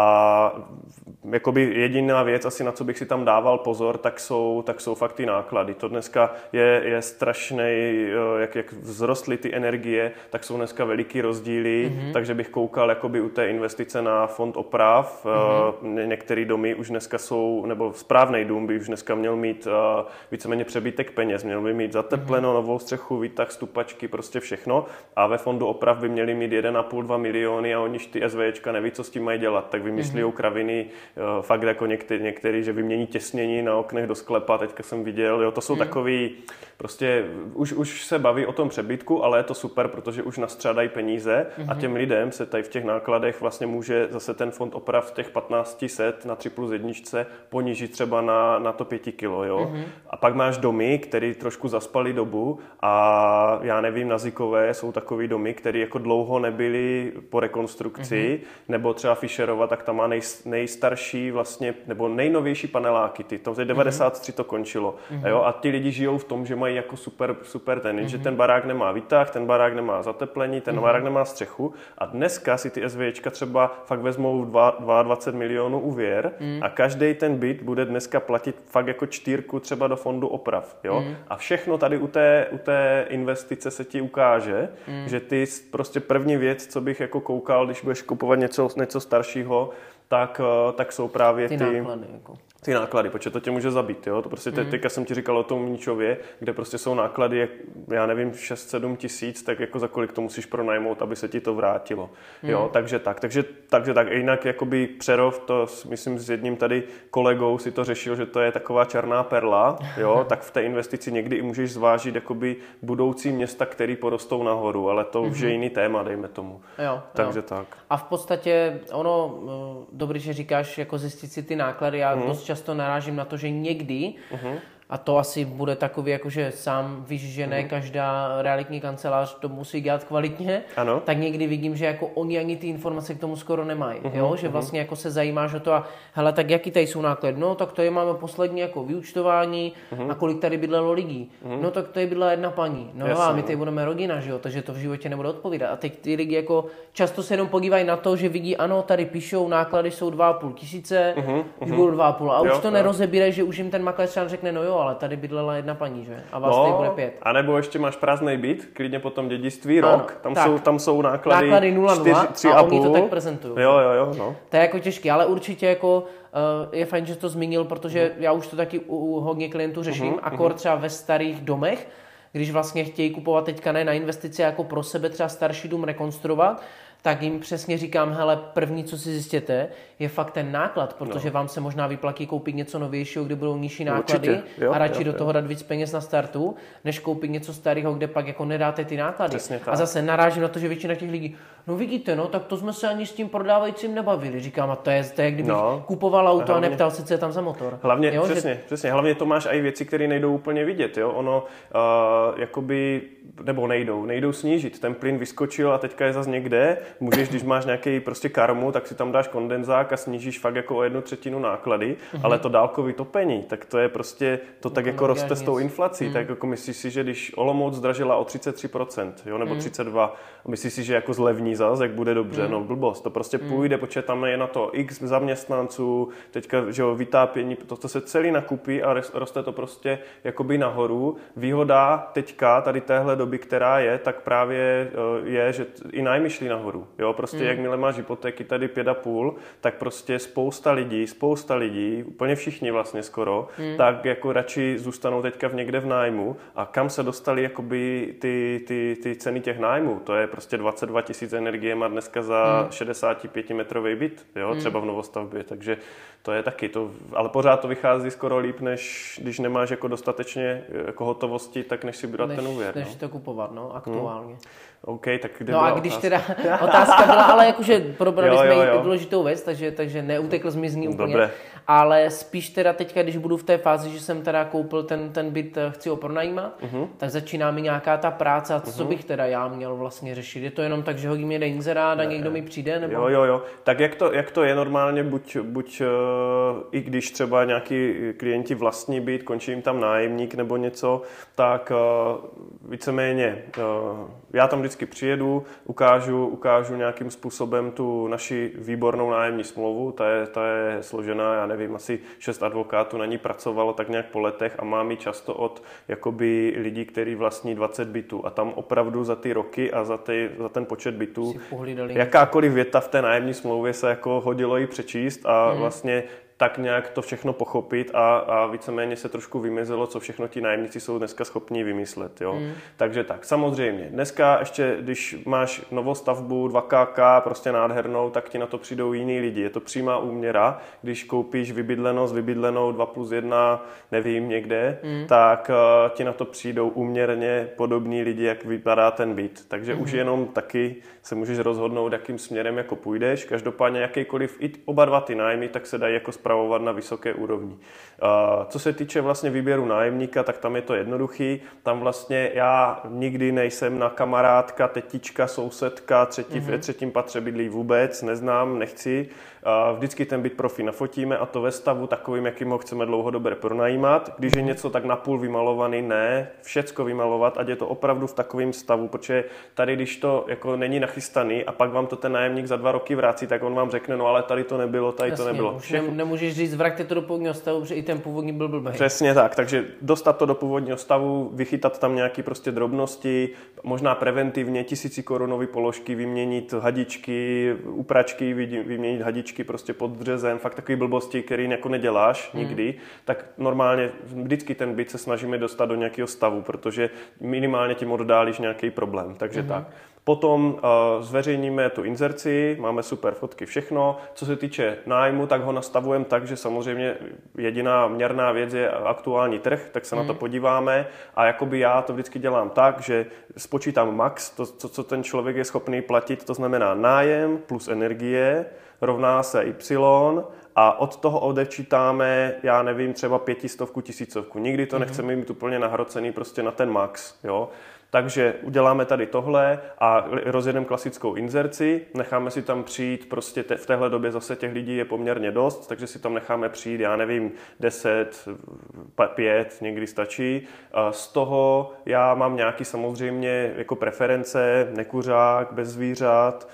A jakoby jediná věc, asi na co bych si tam dával pozor, tak jsou, tak jsou fakt ty náklady. To dneska je, je strašnej, jak, jak vzrostly ty energie, tak jsou dneska veliký rozdíly, mm-hmm. takže bych koukal jakoby u té investice na fond oprav. Mm-hmm. Některé domy už dneska jsou, nebo správnej dům by už dneska měl mít uh, víceméně přebytek peněz, měl by mít zatepleno, mm-hmm. novou střechu, výtah, stupačky, prostě všechno. A ve fondu oprav by měli mít jeden a půl, dva miliony a oni ty SVčka neví, co s tím mají dělat, tak vymyslí mm-hmm. kraviny, uh, fakt jako některý, některý, že vymění těsnění na oknech do sklepa, teďka jsem viděl, jo, to jsou mm. takový, prostě už, už se baví o tom přebytku, ale je to super, protože už nastřádají peníze mm-hmm. a těm lidem se tady v těch nákladech vlastně může zase ten fond oprav z těch patnáct set na tři plus jedničce ponížit třeba na, na to pěti kilo, jo. Mm-hmm. A pak máš domy, které trošku zaspaly dobu a já nevím, na Zikové jsou takový domy, které jako dlouho nebyly po rekonstrukci, mm-hmm. nebo třeba Fischerova, tak tam má nej, nejstarší vlastně, nebo nejnovější paneláky, ty, to v devadesát tři mm-hmm. to končilo. Mm-hmm. Jo? A ti lidi žijou v tom, že mají jako super, super ten, mm-hmm. že ten barák nemá výtah, ten barák nemá zateplení, ten mm-hmm. barák nemá střechu a dneska si ty SVčka třeba fakt vezmou dvacet dva milionů úvěr mm-hmm. a každý ten byt bude dneska platit fakt jako čtýrku třeba do fondu oprav. Jo? Mm-hmm. A všechno tady u té, u té investice se ti ukáže, mm-hmm. že ty prostě první věc, co bych jako koukal, když budeš kupovat něco, něco staršího, tak, tak jsou právě ty, ty náklady. Jako. Ty náklady, protože to tě může zabít. Jo? To prostě mm. teďka jsem ti říkal o tom Mničově, kde prostě jsou náklady, já nevím, šest sedm tisíc, tak jako za kolik to musíš pronajmout, aby se ti to vrátilo. Mm. Jo? Takže tak. Takže, takže tak. Jinak jakoby Přerov, to myslím s jedním tady kolegou si to řešil, že to je taková černá perla, jo? Tak v té investici někdy i můžeš zvážit jakoby budoucí města, který porostou nahoru, ale to mm-hmm. už je jiný téma, dejme tomu. Jo, takže jo. tak. A v podstatě ono, dobrý, že říkáš, jako zjistit si ty náklady, já mm. dost často narážím na to, že někdy, uh-huh. a to asi bude takový, jakože sám víš, že ne uh-huh. každá realitní kancelář to musí dělat kvalitně, ano. tak někdy vidím, že jako oni ani ty informace k tomu skoro nemají, uh-huh. jo? Že vlastně jako se zajímáš o to a hele, tak jaký tady jsou náklady? No, tak tady máme poslední jako vyúčtování uh-huh. a kolik tady bydlelo lidí? Uh-huh. No, tak tady bydlela jedna paní. No jo, a my tady budeme rodina, že jo? Takže to v životě nebude odpovídat. A teď ty lidi jako často se jenom podívají na to, že vidí, ano, tady píšou, náklady jsou dva a půl tisíce, uh-huh. už budou dva a půl a už jo, to nerozebírají, že už jim ten makléř řekne, no jo, ale tady bydlela jedna paní, že? A vás no, tady bude pět. A nebo ještě máš prázdný byt, klidně potom dědictví, rok, ano, tam, jsou, tam jsou náklady, náklady nula nula a oni to tak prezentují. Jo, jo, jo, no. To je jako těžké, ale určitě jako uh, je fajn, že to zmínil, protože uh-huh. já už to taky u, u hodně klientů řeším, uh-huh. akor třeba ve starých domech, když vlastně chtějí kupovat teďka ne na investici jako pro sebe třeba starší dům rekonstruovat, tak jim přesně říkám, hele, první, co si zjistěte, je fakt ten náklad, protože no. vám se možná vyplatí koupit něco novějšího, kde budou nižší náklady jo, a radši jo, do toho jo. dát víc peněz na startu, než koupit něco starého, kde pak jako nedáte ty náklady. A zase narážím na to, že většina těch lidí, no vidíte, no, tak to jsme se ani s tím prodávajícím nebavili. Říkám, a to je, to je kdybych no. kupoval auto a, hlavně, a neptal se, co je tam za motor. Hlavně, jo, přesně, že... přesně, hlavně to máš i věci, které nejdou úplně vidět, jo, ono uh, jakoby, nebo nejdou, nejdou snížit, ten plyn vyskočil a teďka je zase někde, můžeš, když máš nějaký prostě karmu, tak si tam dáš kondenzák a snížíš fakt jako o jednu třetinu náklady, mm-hmm. ale to dálkový topení, tak to je prostě, to tak to jako roste s tou inflací, mm. tak jako myslíš si, že když Olomouc zdražila o třicet tři procent, jo, nebo mm. třicet dva procent, myslíš si, že jako zlevní ostatní zas, jak bude dobře, mm. no blbost, to prostě mm. půjde, protože tam je na to x zaměstnanců, teďka, že jo, vytápění, to, to se celý nakupí a roste to prostě jakoby nahoru. Výhoda teďka, tady téhle doby, která je, tak právě je, že i nájmy šly nahoru, jo, prostě mm. jakmile máš hypotéky tady pět a půl, tak prostě spousta lidí, spousta lidí, úplně všichni vlastně skoro, mm. tak jako radši zůstanou teďka v někde v nájmu a kam se dostali jakoby ty, ty, ty ceny těch nájmů, to je prostě dvacet dva tisíc energie má dneska za mm. šedesát pět metrový byt, jo, mm. třeba v novostavbě, takže to je taky, to, ale pořád to vychází skoro líp, než když nemáš jako dostatečně jako hotovosti, tak než si brát ten úvěr. Než no. to kupovat, no, aktuálně. Hmm. OK, tak kde no byla a když otázka? teda otázka byla, ale jakože probrali jo, jo, jsme jo. i důležitou věc, takže, takže neutekl jsi mi z ní úplně. Dobré. Ale spíš teda teďka, když budu v té fázi, že jsem teda koupil ten, ten byt, chci ho pronajímat, uh-huh. tak začíná mi nějaká ta práce a co uh-huh. bych teda já měl vlastně řešit. Je to jenom tak, že hodím jeden inzerát a někdo mi přijde? Nebo... Jo, jo, jo. Tak jak to, jak to je normálně, buď, buď uh, i když třeba nějaký klienti vlastní byt, končí jim tam nájemník nebo něco, tak uh, víceméně uh, já tam vždycky přijedu, ukážu, ukážu nějakým způsobem tu naši výbornou nájemní smlouvu, ta je, ta je složená, já nevím, asi šest advokátů na ní pracovalo tak nějak po letech a mám ji často od jakoby lidí, kteří vlastní dvacet bytů a tam opravdu za ty roky a za, ty, za ten počet bytů jakákoliv věta v té nájemní smlouvě se jako hodilo ji přečíst a mm. vlastně tak nějak to všechno pochopit a, a víceméně se trošku vymezilo, co všechno ti nájemníci jsou dneska schopni vymyslet. Jo? Mm. Takže tak, samozřejmě. Dneska ještě, když máš novostavbu dva ká ká, prostě nádhernou, tak ti na to přijdou jiní lidi. Je to přímá úměra. Když koupíš vybydlenou s vybydlenou dva plus jedna, nevím, někde, mm. tak uh, ti na to přijdou úměrně podobní lidi, jak vypadá ten byt. Takže mm. už jenom taky se můžeš rozhodnout, jakým směrem jako půjdeš. Každopádně jakýkoliv, i oba dva ty nájmy, tak se dají jako spravovat na vysoké úrovni. Co se týče vlastně výběru nájemníka, tak tam je to jednoduchý. Tam vlastně já nikdy nejsem na kamarádka, tetička, sousedka, třetí, mm-hmm. v třetím patře bydlí vůbec, neznám, nechci. Vždycky ten byt profi nafotíme a to ve stavu takovým, jakým ho chceme dlouhodobě pronajímat. Když je něco tak napůl vymalovaný, ne, všecko vymalovat, ať je to opravdu v takovém stavu, protože tady, když to jako není nachystaný a pak vám to ten nájemník za dva roky vrací, tak on vám řekne, no ale tady to nebylo, tady Jasně, to nebylo. Všechno... Nemůžeš říct, vraťte to do původního stavu, protože i ten původní byl blbý. Přesně tak, takže dostat to do původního stavu, vychytat tam nějaké prostě drobnosti, možná preventivně tisícikorunový položky, vyměnit hadičky, upračky, vyměnit hadičky prostě pod dřezem, fakt takový blbosti, který jako neděláš hmm. nikdy, tak normálně vždycky ten byt se snažíme dostat do nějakého stavu, protože minimálně tím oddálíš nějaký problém, takže hmm. tak. Potom uh, zveřejníme tu inzerci, máme super fotky, všechno. Co se týče nájmu, tak ho nastavujeme tak, že samozřejmě jediná měrná věc je aktuální trh, tak se mm. na to podíváme a jakoby já to vždycky dělám tak, že spočítám max, to, co, co ten člověk je schopný platit, to znamená nájem plus energie, rovná se Y a od toho odečítáme, já nevím, třeba pětistovku, tisícovku. Nikdy to mm. nechceme mít úplně nahrocený prostě na ten max, jo. Takže uděláme tady tohle a rozjedeme klasickou inzerci, necháme si tam přijít, prostě te, v téhle době zase těch lidí je poměrně dost, takže si tam necháme přijít, já nevím, deset, pět, někdy stačí. Z toho já mám nějaký samozřejmě jako preference, nekuřák, bez zvířat,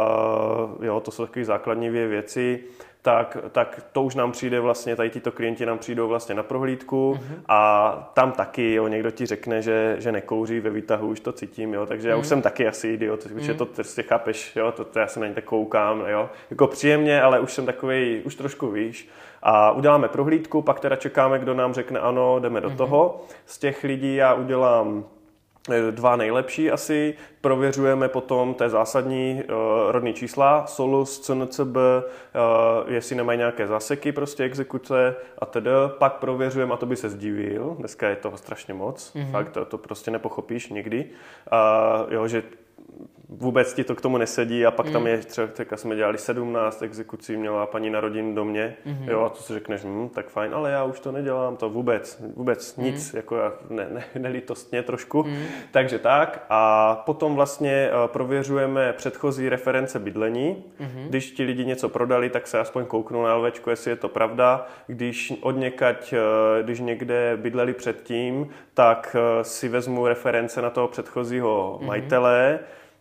jo, to jsou takové základní věci. Tak, tak to už nám přijde vlastně, tady tyto klienti nám přijdou vlastně na prohlídku uh-huh. a tam taky, jo, někdo ti řekne, že, že nekouří ve výtahu, už to cítím, jo, takže uh-huh. já už jsem taky asi idiot, uh-huh. že to prostě chápeš, jo, to, to já se na ně tak koukám, jo, jako příjemně, ale už jsem takovej, už trošku víš a uděláme prohlídku, pak teda čekáme, kdo nám řekne ano, jdeme do uh-huh. toho, z těch lidí já udělám dva nejlepší asi, prověřujeme potom té zásadní uh, rodný čísla, Solus, C N C B, uh, jestli nemají nějaké záseky, prostě exekuce a tedy. Pak prověřujeme, a to by se zdivil, dneska je toho strašně moc, mm-hmm. fakt to, to prostě nepochopíš nikdy, uh, jo, že vůbec ti to k tomu nesedí a pak mm. tam je třeba, tak jsme dělali sedmnáct exekucí, měla paní na rodin do mě, mm-hmm. jo, a to si řekneš, hm, tak fajn, ale já už to nedělám, to vůbec, vůbec mm. nic, jako já, ne, ne, nelítostně trošku, mm. takže tak a potom vlastně uh, prověřujeme předchozí reference bydlení, mm-hmm. když ti lidi něco prodali, tak se aspoň kouknu na LVčko, jestli je to pravda, když odněkať, uh, když někde bydleli předtím, tak uh, si vezmu reference na toho předchozího mm-hmm. majitele,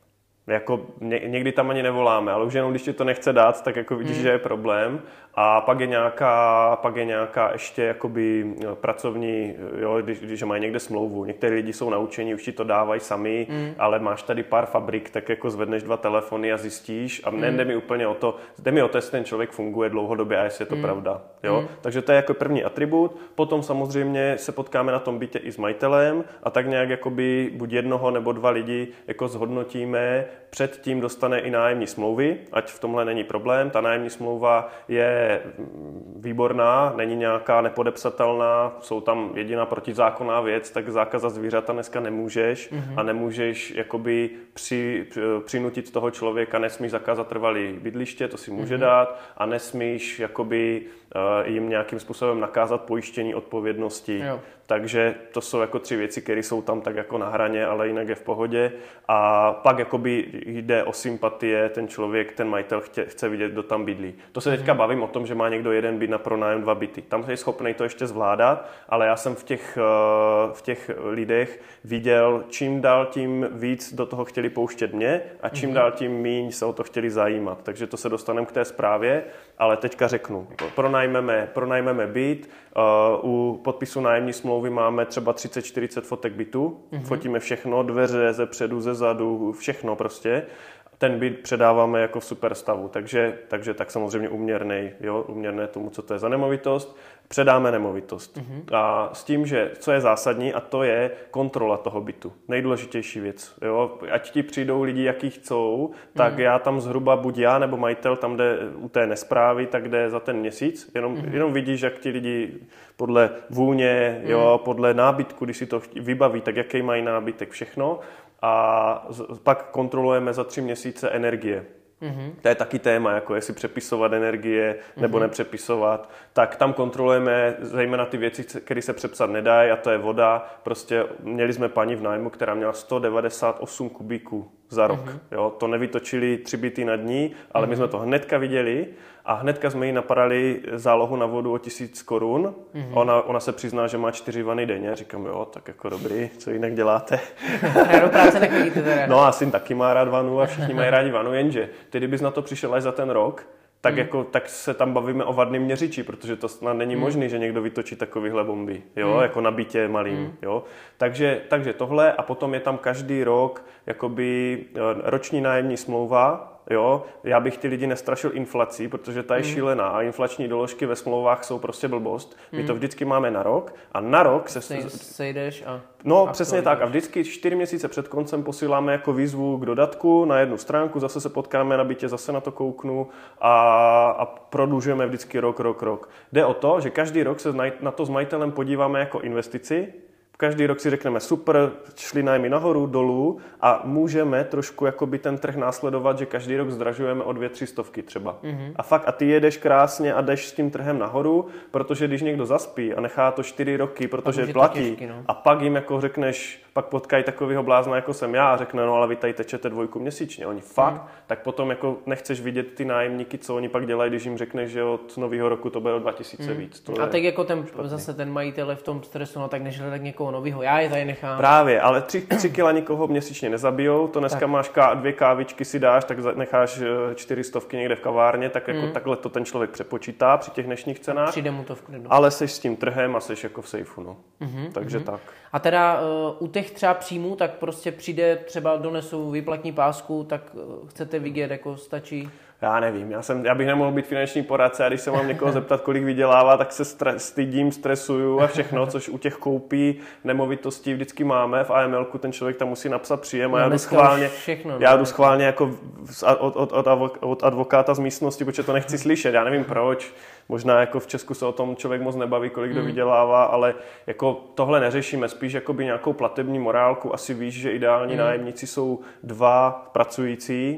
Jako ně, někdy tam ani nevoláme, ale už jenom když ti to nechce dát, tak jako vidíš, mm. že je problém. A pak je nějaká, pak je nějaká ještě jakoby pracovní, jo, když, když mají někde smlouvu. Někteří lidi jsou naučení, už ti to dávají sami, mm. ale máš tady pár fabrik, tak jako zvedneš dva telefony a zjistíš. A mm. nejde mi úplně o to, jde mi o to, jestli ten člověk funguje dlouhodobě a jestli je to mm. pravda. Jo? Mm. Takže to je jako první atribut. Potom samozřejmě se potkáme na tom bytě i s majitelem a tak nějak jakoby buď jednoho nebo dva lidi jako zhodnotíme. Předtím dostane i nájemní smlouvy, ať v tomhle není problém. Ta nájemní smlouva je výborná, není nějaká nepodepsatelná, jsou tam jediná protizákonná věc, tak zákaz za zvířata dneska nemůžeš mm-hmm. a nemůžeš jakoby při, přinutit toho člověka, nesmíš zakázat trvalý bydliště, to si může mm-hmm. dát a nesmíš jakoby jim nějakým způsobem nakázat pojištění odpovědnosti. Jo. Takže to jsou jako tři věci, které jsou tam tak jako na hraně, ale jinak je v pohodě. A pak jakoby jde o sympatie, ten člověk, ten majitel chtě, chce vidět, kdo tam bydlí. To se teďka bavím o tom, že má někdo jeden byt na pronájem, dva byty. Tam je schopný to ještě zvládat, ale já jsem v těch, v těch lidech viděl, čím dál tím víc do toho chtěli pouštět mě a čím mm-hmm. dál tím míň se o to chtěli zajímat. Takže to se dostaneme k té zprávě, ale teďka řeknu. Pronajmeme, pronajmeme byt, uh, u podpisu nájemní smlouvy máme třeba třicet čtyřicet fotek bytu, mm-hmm. fotíme všechno, dveře ze předu, ze zadu, všechno prostě. Ten byt předáváme jako v super stavu, takže, takže tak samozřejmě uměrnej, jo, uměrné tomu, co to je za nemovitost. Předáme nemovitost. Mm-hmm. A s tím, že co je zásadní, a to je kontrola toho bytu. Nejdůležitější věc. Jo? Ať ti přijdou lidi, jaký chcou, tak mm-hmm. já tam zhruba, buď já nebo majitel tam jde u té nesprávy, tak jde za ten měsíc. Jenom, mm-hmm. jenom vidíš, jak ti lidi podle vůně, mm-hmm. jo, podle nábytku, když si to vybaví, tak jaký mají nábytek, všechno. A pak kontrolujeme za tři měsíce energie. Mm-hmm. To je taky téma, jako jestli přepisovat energie nebo mm-hmm. nepřepisovat. Tak tam kontrolujeme zejména ty věci, které se přepsat nedají, a to je voda. Prostě měli jsme paní v nájmu, která měla sto devadesát osm kubíků za rok. Mm-hmm. Jo, to nevytočili tři byty na dní, ale mm-hmm. my jsme to hnedka viděli a hnedka jsme jí napadali zálohu na vodu o tisíc korun. Mm-hmm. Ona, ona se přizná, že má čtyři vany denně. Říkám, jo, tak jako dobrý, co jinak děláte? A do práce nechodíte teda. No a syn taky má rád vanu a všichni mají rádi vanu, jenže ty, kdybys na to přišel až za ten rok, tak, mm. jako, tak se tam bavíme o vadným měřiči, protože to snad není mm. možné, že někdo vytočí takovýhle bomby, jo, mm. jako na bytě malým, mm. jo. Takže, takže tohle a potom je tam každý rok jakoby roční nájemní smlouva, jo. Já bych ty lidi nestrašil inflací, protože ta je mm. šílená a inflační doložky ve smlouvách jsou prostě blbost. My mm. to vždycky máme na rok a na rok se sejdeš a No, přesně tak. A vždycky čtyři měsíce před koncem posíláme jako výzvu k dodatku na jednu stránku, zase se potkáme na bytě, zase na to kouknu a, a prodlužujeme vždycky rok, rok, rok. Jde o to, že každý rok se na to s majitelem podíváme jako investici. Každý rok si řekneme super, šli nájmy nahoru, dolů a můžeme trošku jakoby ten trh následovat, že každý rok zdražujeme o dvě, tři stovky třeba. Mm-hmm. A fakt a ty jedeš krásně a jdeš s tím trhem nahoru, protože když někdo zaspí a nechá to čtyři roky, protože platí těžký, no. A pak jim jako řekneš, pak potkají takovýho blázna jako jsem já a řekne, no ale vy tady tečete dvojku měsíčně. Oni fakt, mm. tak potom jako nechceš vidět ty nájemníky, co oni pak dělají, když jim řekneš, že od nového roku to bude o dva tisíce mm. víc. To a tak jako ten, zase ten majitel je v tom stresu, no tak než hledat někoho novýho, já je tady nechám. Právě, ale tři, tři kila nikoho měsíčně nezabijou, to dneska tak. Máš ká, dvě kávičky si dáš, tak necháš čtyři stovky někde v kavárně, tak jako mm. takhle to ten člověk přepočítá při těch dnešních cenách. Přijde mu to v klidu. Ale seš s tím trhem a seš jako v sejfu, no. Mm-hmm, Takže mm-hmm. tak. A teda uh, u těch třeba příjmů, tak prostě přijde, třeba donesu výplatní pásku, tak uh, chcete vidět, jako stačí? Já nevím, já, jsem, já bych nemohl být finanční poradce a když se mám někoho zeptat, kolik vydělává, tak se stre, stydím, stresuju a všechno, což u těch koupí nemovitostí vždycky máme. V A M L ku ten člověk tam musí napsat příjem a no, já jdu schválně, všechno, já jdu schválně jako od, od, od, od advokáta z místnosti, protože to nechci slyšet, já nevím proč. Možná jako v Česku se o tom člověk moc nebaví, kolik kdo hmm. vydělává, ale jako tohle neřešíme, spíš jakoby nějakou platební morálku. Asi víš, že ideální hmm. nájemníci jsou dva pracující,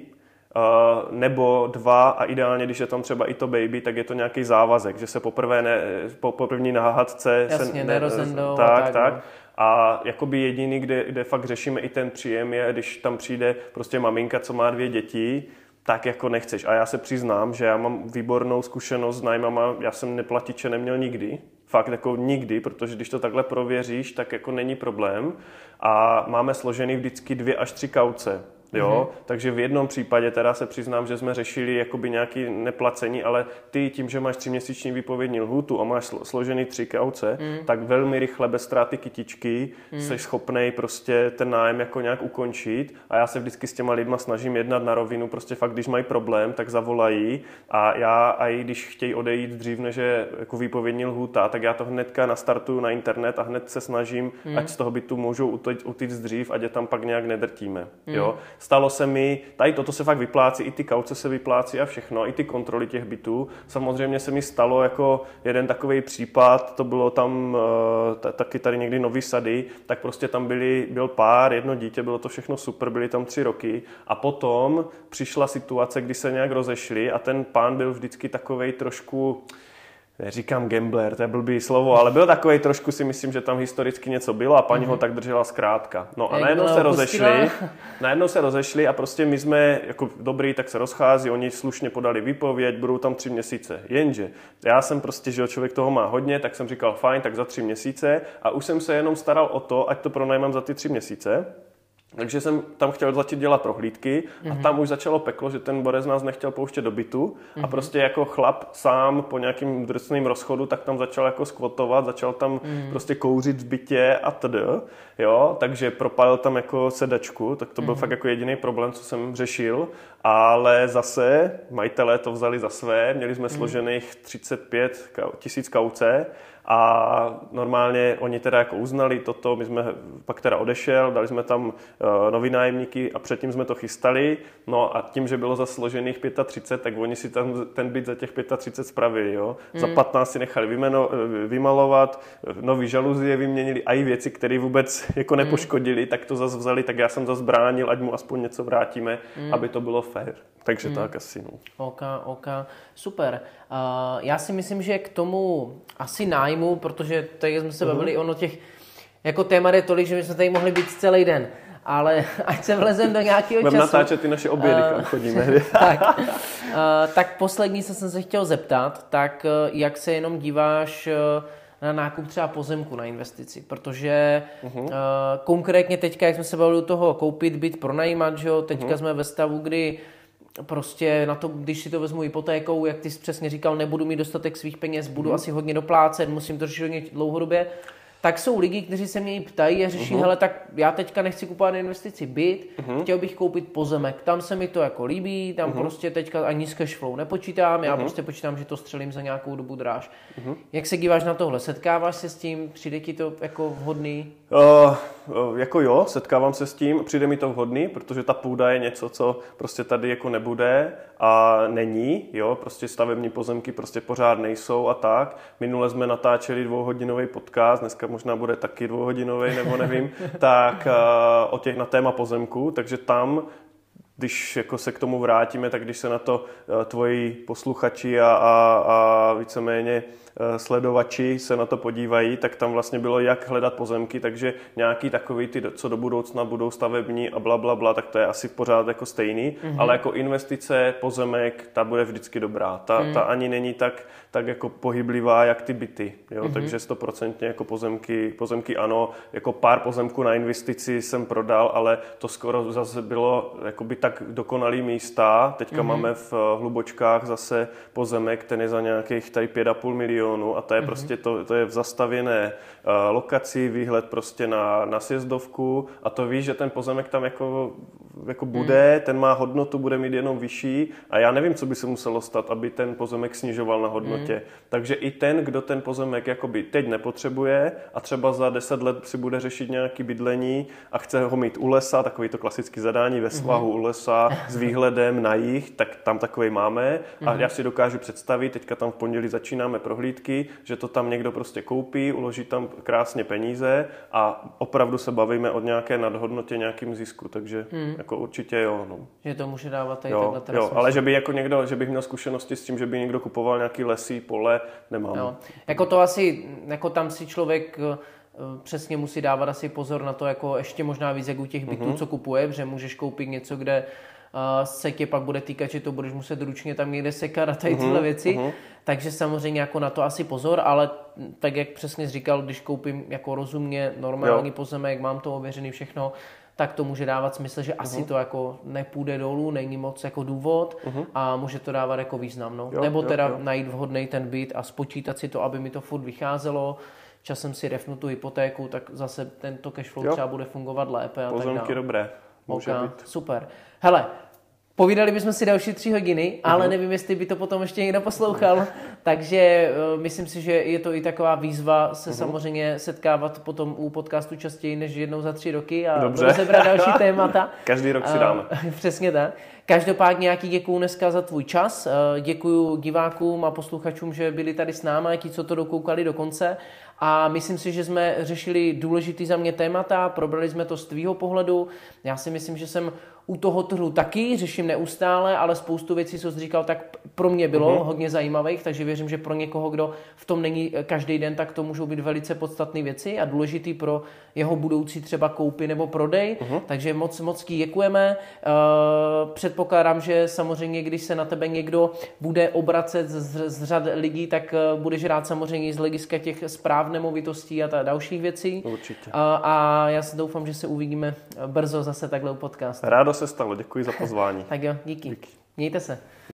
Uh, nebo dva a ideálně, když je tam třeba i to baby, tak je to nějaký závazek, že se poprvé ne, po, po první náhadce Jasně, se ne, tak, tak, tak. No. A jakoby jediný, kde, kde fakt řešíme i ten příjem je, když tam přijde prostě maminka, co má dvě děti, tak jako nechceš. A já se přiznám, že já mám výbornou zkušenost s nájmama, já jsem neplatiče neměl nikdy, fakt jako nikdy, protože když to takhle prověříš, tak jako není problém. A máme složený vždycky dvě až tři kauce. Jo? Mm-hmm. Takže v jednom případě teda se přiznám, že jsme řešili jakoby nějaké neplacení, ale ty tím, že máš tříměsíční výpovědní lhůtu a máš složený tři kauce, mm. tak velmi rychle bez ztráty kytičky mm. jsi schopnej prostě ten nájem jako nějak ukončit a já se vždycky s těma lidma snažím jednat na rovinu, prostě fakt, když mají problém, tak zavolají a já a i když chtějí odejít dřív, než je jako výpovědní lhůta, tak já to hnedka nastartuju na internet a hned se snažím, mm. ať z toho bytu můžou utíct dřív, ať je tam pak nějak nedrtíme. Mm. Jo? Stalo se mi, tady toto se fakt vyplácí, i ty kauce se vyplácí a všechno, i ty kontroly těch bytů. Samozřejmě se mi stalo jako jeden takový případ, to bylo tam t- taky tady někdy Nový Sady, tak prostě tam byli, byl pár, jedno dítě, bylo to všechno super, byli tam tři roky a potom přišla situace, kdy se nějak rozešli a ten pán byl vždycky takovej trošku, neříkám gambler, to je blbý slovo, ale byl takovej trošku, si myslím, že tam historicky něco bylo a paní mm-hmm. ho tak držela zkrátka. No a najednou se rozešli, najednou se rozešli a prostě my jsme jako dobrý, tak se rozchází, oni slušně podali výpověď, budou tam tři měsíce. Jenže já jsem prostě, že člověk toho má hodně, tak jsem říkal fajn, tak za tři měsíce a už jsem se jenom staral o to, ať to pronajmám za ty tři měsíce. Takže jsem tam chtěl začít dělat prohlídky a mm-hmm. tam už začalo peklo, že ten borec nás nechtěl pouštět do bytu mm-hmm. a prostě jako chlap sám po nějakým drsným rozchodu, tak tam začal jako skvotovat, začal tam mm-hmm. prostě kouřit v bytě a td. Jo, takže propálil tam jako sedačku, tak to byl mm-hmm. fakt jako jediný problém, co jsem řešil, ale zase majitelé to vzali za své, měli jsme mm-hmm. složených třicet pět tisíc kauce a normálně oni teda jako uznali toto, my jsme pak teda odešel, dali jsme tam uh, nový nájemníky a předtím jsme to chystali, no a tím, že bylo zasložených třicet pět, tak oni si tam ten byt za těch třicet pět spravili, jo. Mm. Za patnáct si nechali vymeno, vymalovat, nový žaluzie vyměnili a i věci, které vůbec jako nepoškodili, mm. tak to zase vzali, tak já jsem zase bránil, ať mu aspoň něco vrátíme, mm. aby to bylo fair. Takže mm. tak asi, no. OK, OK, super. Uh, já si myslím, že k tomu asi nájmu, protože tady jsme se bavili, mm. ono těch, jako téma je tolik, že my jsme tady mohli být celý den, ale ať se vlezem do nějakého času. Budeme natáčet ty naše obědy, uh, kam chodíme. tak, uh, tak poslední, co jsem se chtěl zeptat, tak uh, jak se jenom díváš uh, na nákup třeba pozemku na investici, protože uh-huh. uh, konkrétně teďka, jak jsme se bavili do toho koupit byt, pronajímat, že jo, teďka uh-huh. jsme ve stavu, kdy prostě na to, když si to vezmu hypotékou, jak ty jsi přesně říkal, nebudu mít dostatek svých peněz, budu uh-huh. asi hodně doplácet, musím to řešit hodně dlouhodobě, tak jsou lidi, kteří se mě ptají a řeší, uh-huh. hele, tak já teďka nechci kupovat investici byt, uh-huh. chtěl bych koupit pozemek, tam se mi to jako líbí, tam uh-huh. prostě teďka ani s cashflow nepočítám, já uh-huh. prostě počítám, že to střelím za nějakou dobu dráž. Uh-huh. Jak se díváš na tohle? Setkáváš se s tím? Přijde ti to jako vhodný? Uh, uh, jako jo, setkávám se s tím, přijde mi to vhodný, protože ta půda je něco, co prostě tady jako nebude a není, jo, prostě stavební pozemky prostě pořád nejsou a tak. Minule jsme natáčeli dvouhodinový podcast, dneska možná bude taky dvouhodinový, nebo nevím, tak uh, o těch na téma pozemku, takže tam, když jako se k tomu vrátíme, tak když se na to uh, tvoji posluchači a, a, a víceméně sledovači se na to podívají, tak tam vlastně bylo, jak hledat pozemky, takže nějaký takový ty, co do budoucna budou stavební a bla, bla, bla, tak to je asi pořád jako stejný, mm-hmm. ale jako investice, pozemek, ta bude vždycky dobrá. Ta, mm. ta ani není tak, tak jako pohyblivá, jak ty byty, jo, mm-hmm. takže stoprocentně jako pozemky, pozemky ano, jako pár pozemků na investici jsem prodal, ale to skoro zase bylo jakoby tak dokonalý místa, teďka mm-hmm. máme v Hlubočkách zase pozemek, ten je za nějakých tady pět a půl milionu a to je mm-hmm. prostě to, to je v zastavěné uh, lokaci, výhled prostě na, na sjezdovku a to víš, že ten pozemek tam jako, jako bude, mm. ten má hodnotu, bude mít jenom vyšší a já nevím, co by se muselo stát, aby ten pozemek snižoval na hodnotě. Mm. Takže i ten, kdo ten pozemek jakoby teď nepotřebuje a třeba za deset let si bude řešit nějaký bydlení a chce ho mít u lesa, takový to klasický zadání ve svahu mm. u lesa s výhledem na jih, tak tam takový máme a mm. já si dokážu představit, teďka tam v pondělí začínáme prohlídky, že to tam někdo prostě koupí, uloží tam krásně peníze a opravdu se bavíme o nějaké nadhodnotě, nějakým zisku, takže hmm. jako určitě jo. No. Že to může dávat tady jo, takhle jo, ale že by jako někdo, že bych měl zkušenosti s tím, že by někdo kupoval nějaký lesy, pole, nemám. Jo. Jako to asi, jako tam si člověk přesně musí dávat asi pozor na to, jako ještě možná víc jak u těch bytů, mm-hmm. co kupuje, protože můžeš koupit něco, kde Uh, se tě pak bude týkat, že to budeš muset ručně tam někde sekat a tady tyhle věci. Uh-huh. Takže samozřejmě jako na to asi pozor, ale tak jak přesně jsi říkal, když koupím jako rozumně normální jo. pozemek, mám to ověřený všechno, tak to může dávat smysl, že uh-huh. asi to jako nepůjde dolů, není moc jako důvod uh-huh. a může to dávat jako význam. No. Jo, Nebo jo, teda jo. najít vhodný ten byt a spočítat si to, aby mi to furt vycházelo. Časem si refnu tu hypotéku, tak zase tento cashflow jo. třeba bude fungovat lépe. A Pozemky tak dále. dobré. Může okay, být. Super. Hele, povídali bychom si další tři hodiny, ale nevím, jestli by to potom ještě někdo poslouchal, takže uh, myslím si, že je to i taková výzva se uh-huh. samozřejmě setkávat potom u podcastu častěji než jednou za tři roky a rozebrat další témata. Každý rok si dáme. Uh, přesně tak. Každopádně nějaký děkuju dneska za tvůj čas, uh, děkuju divákům a posluchačům, že byli tady s námi, ti, co to dokoukali do konce. A myslím si, že jsme řešili důležitý za mě témata, probrali jsme to z tvýho pohledu. Já si myslím, že jsem u toho trhu taky, řeším neustále, ale spoustu věcí, co jsi říkal, tak pro mě bylo uh-huh. hodně zajímavých, takže věřím, že pro někoho, kdo v tom není každý den, tak to můžou být velice podstatné věci a důležitý pro jeho budoucí třeba koupy nebo prodej. Uh-huh. Takže moc, moc děkujeme. Uh, předpokládám, že samozřejmě, když se na tebe někdo bude obracet z, z řad lidí, tak uh, budeš rád samozřejmě z hlediska těch správ nemovitostí a ta dalších věcí. Určitě. A, a já si doufám, že se uvidíme brzo zase takhle u podcastu. Rádo se stalo, děkuji za pozvání. Tak jo, díky. díky. Mějte se.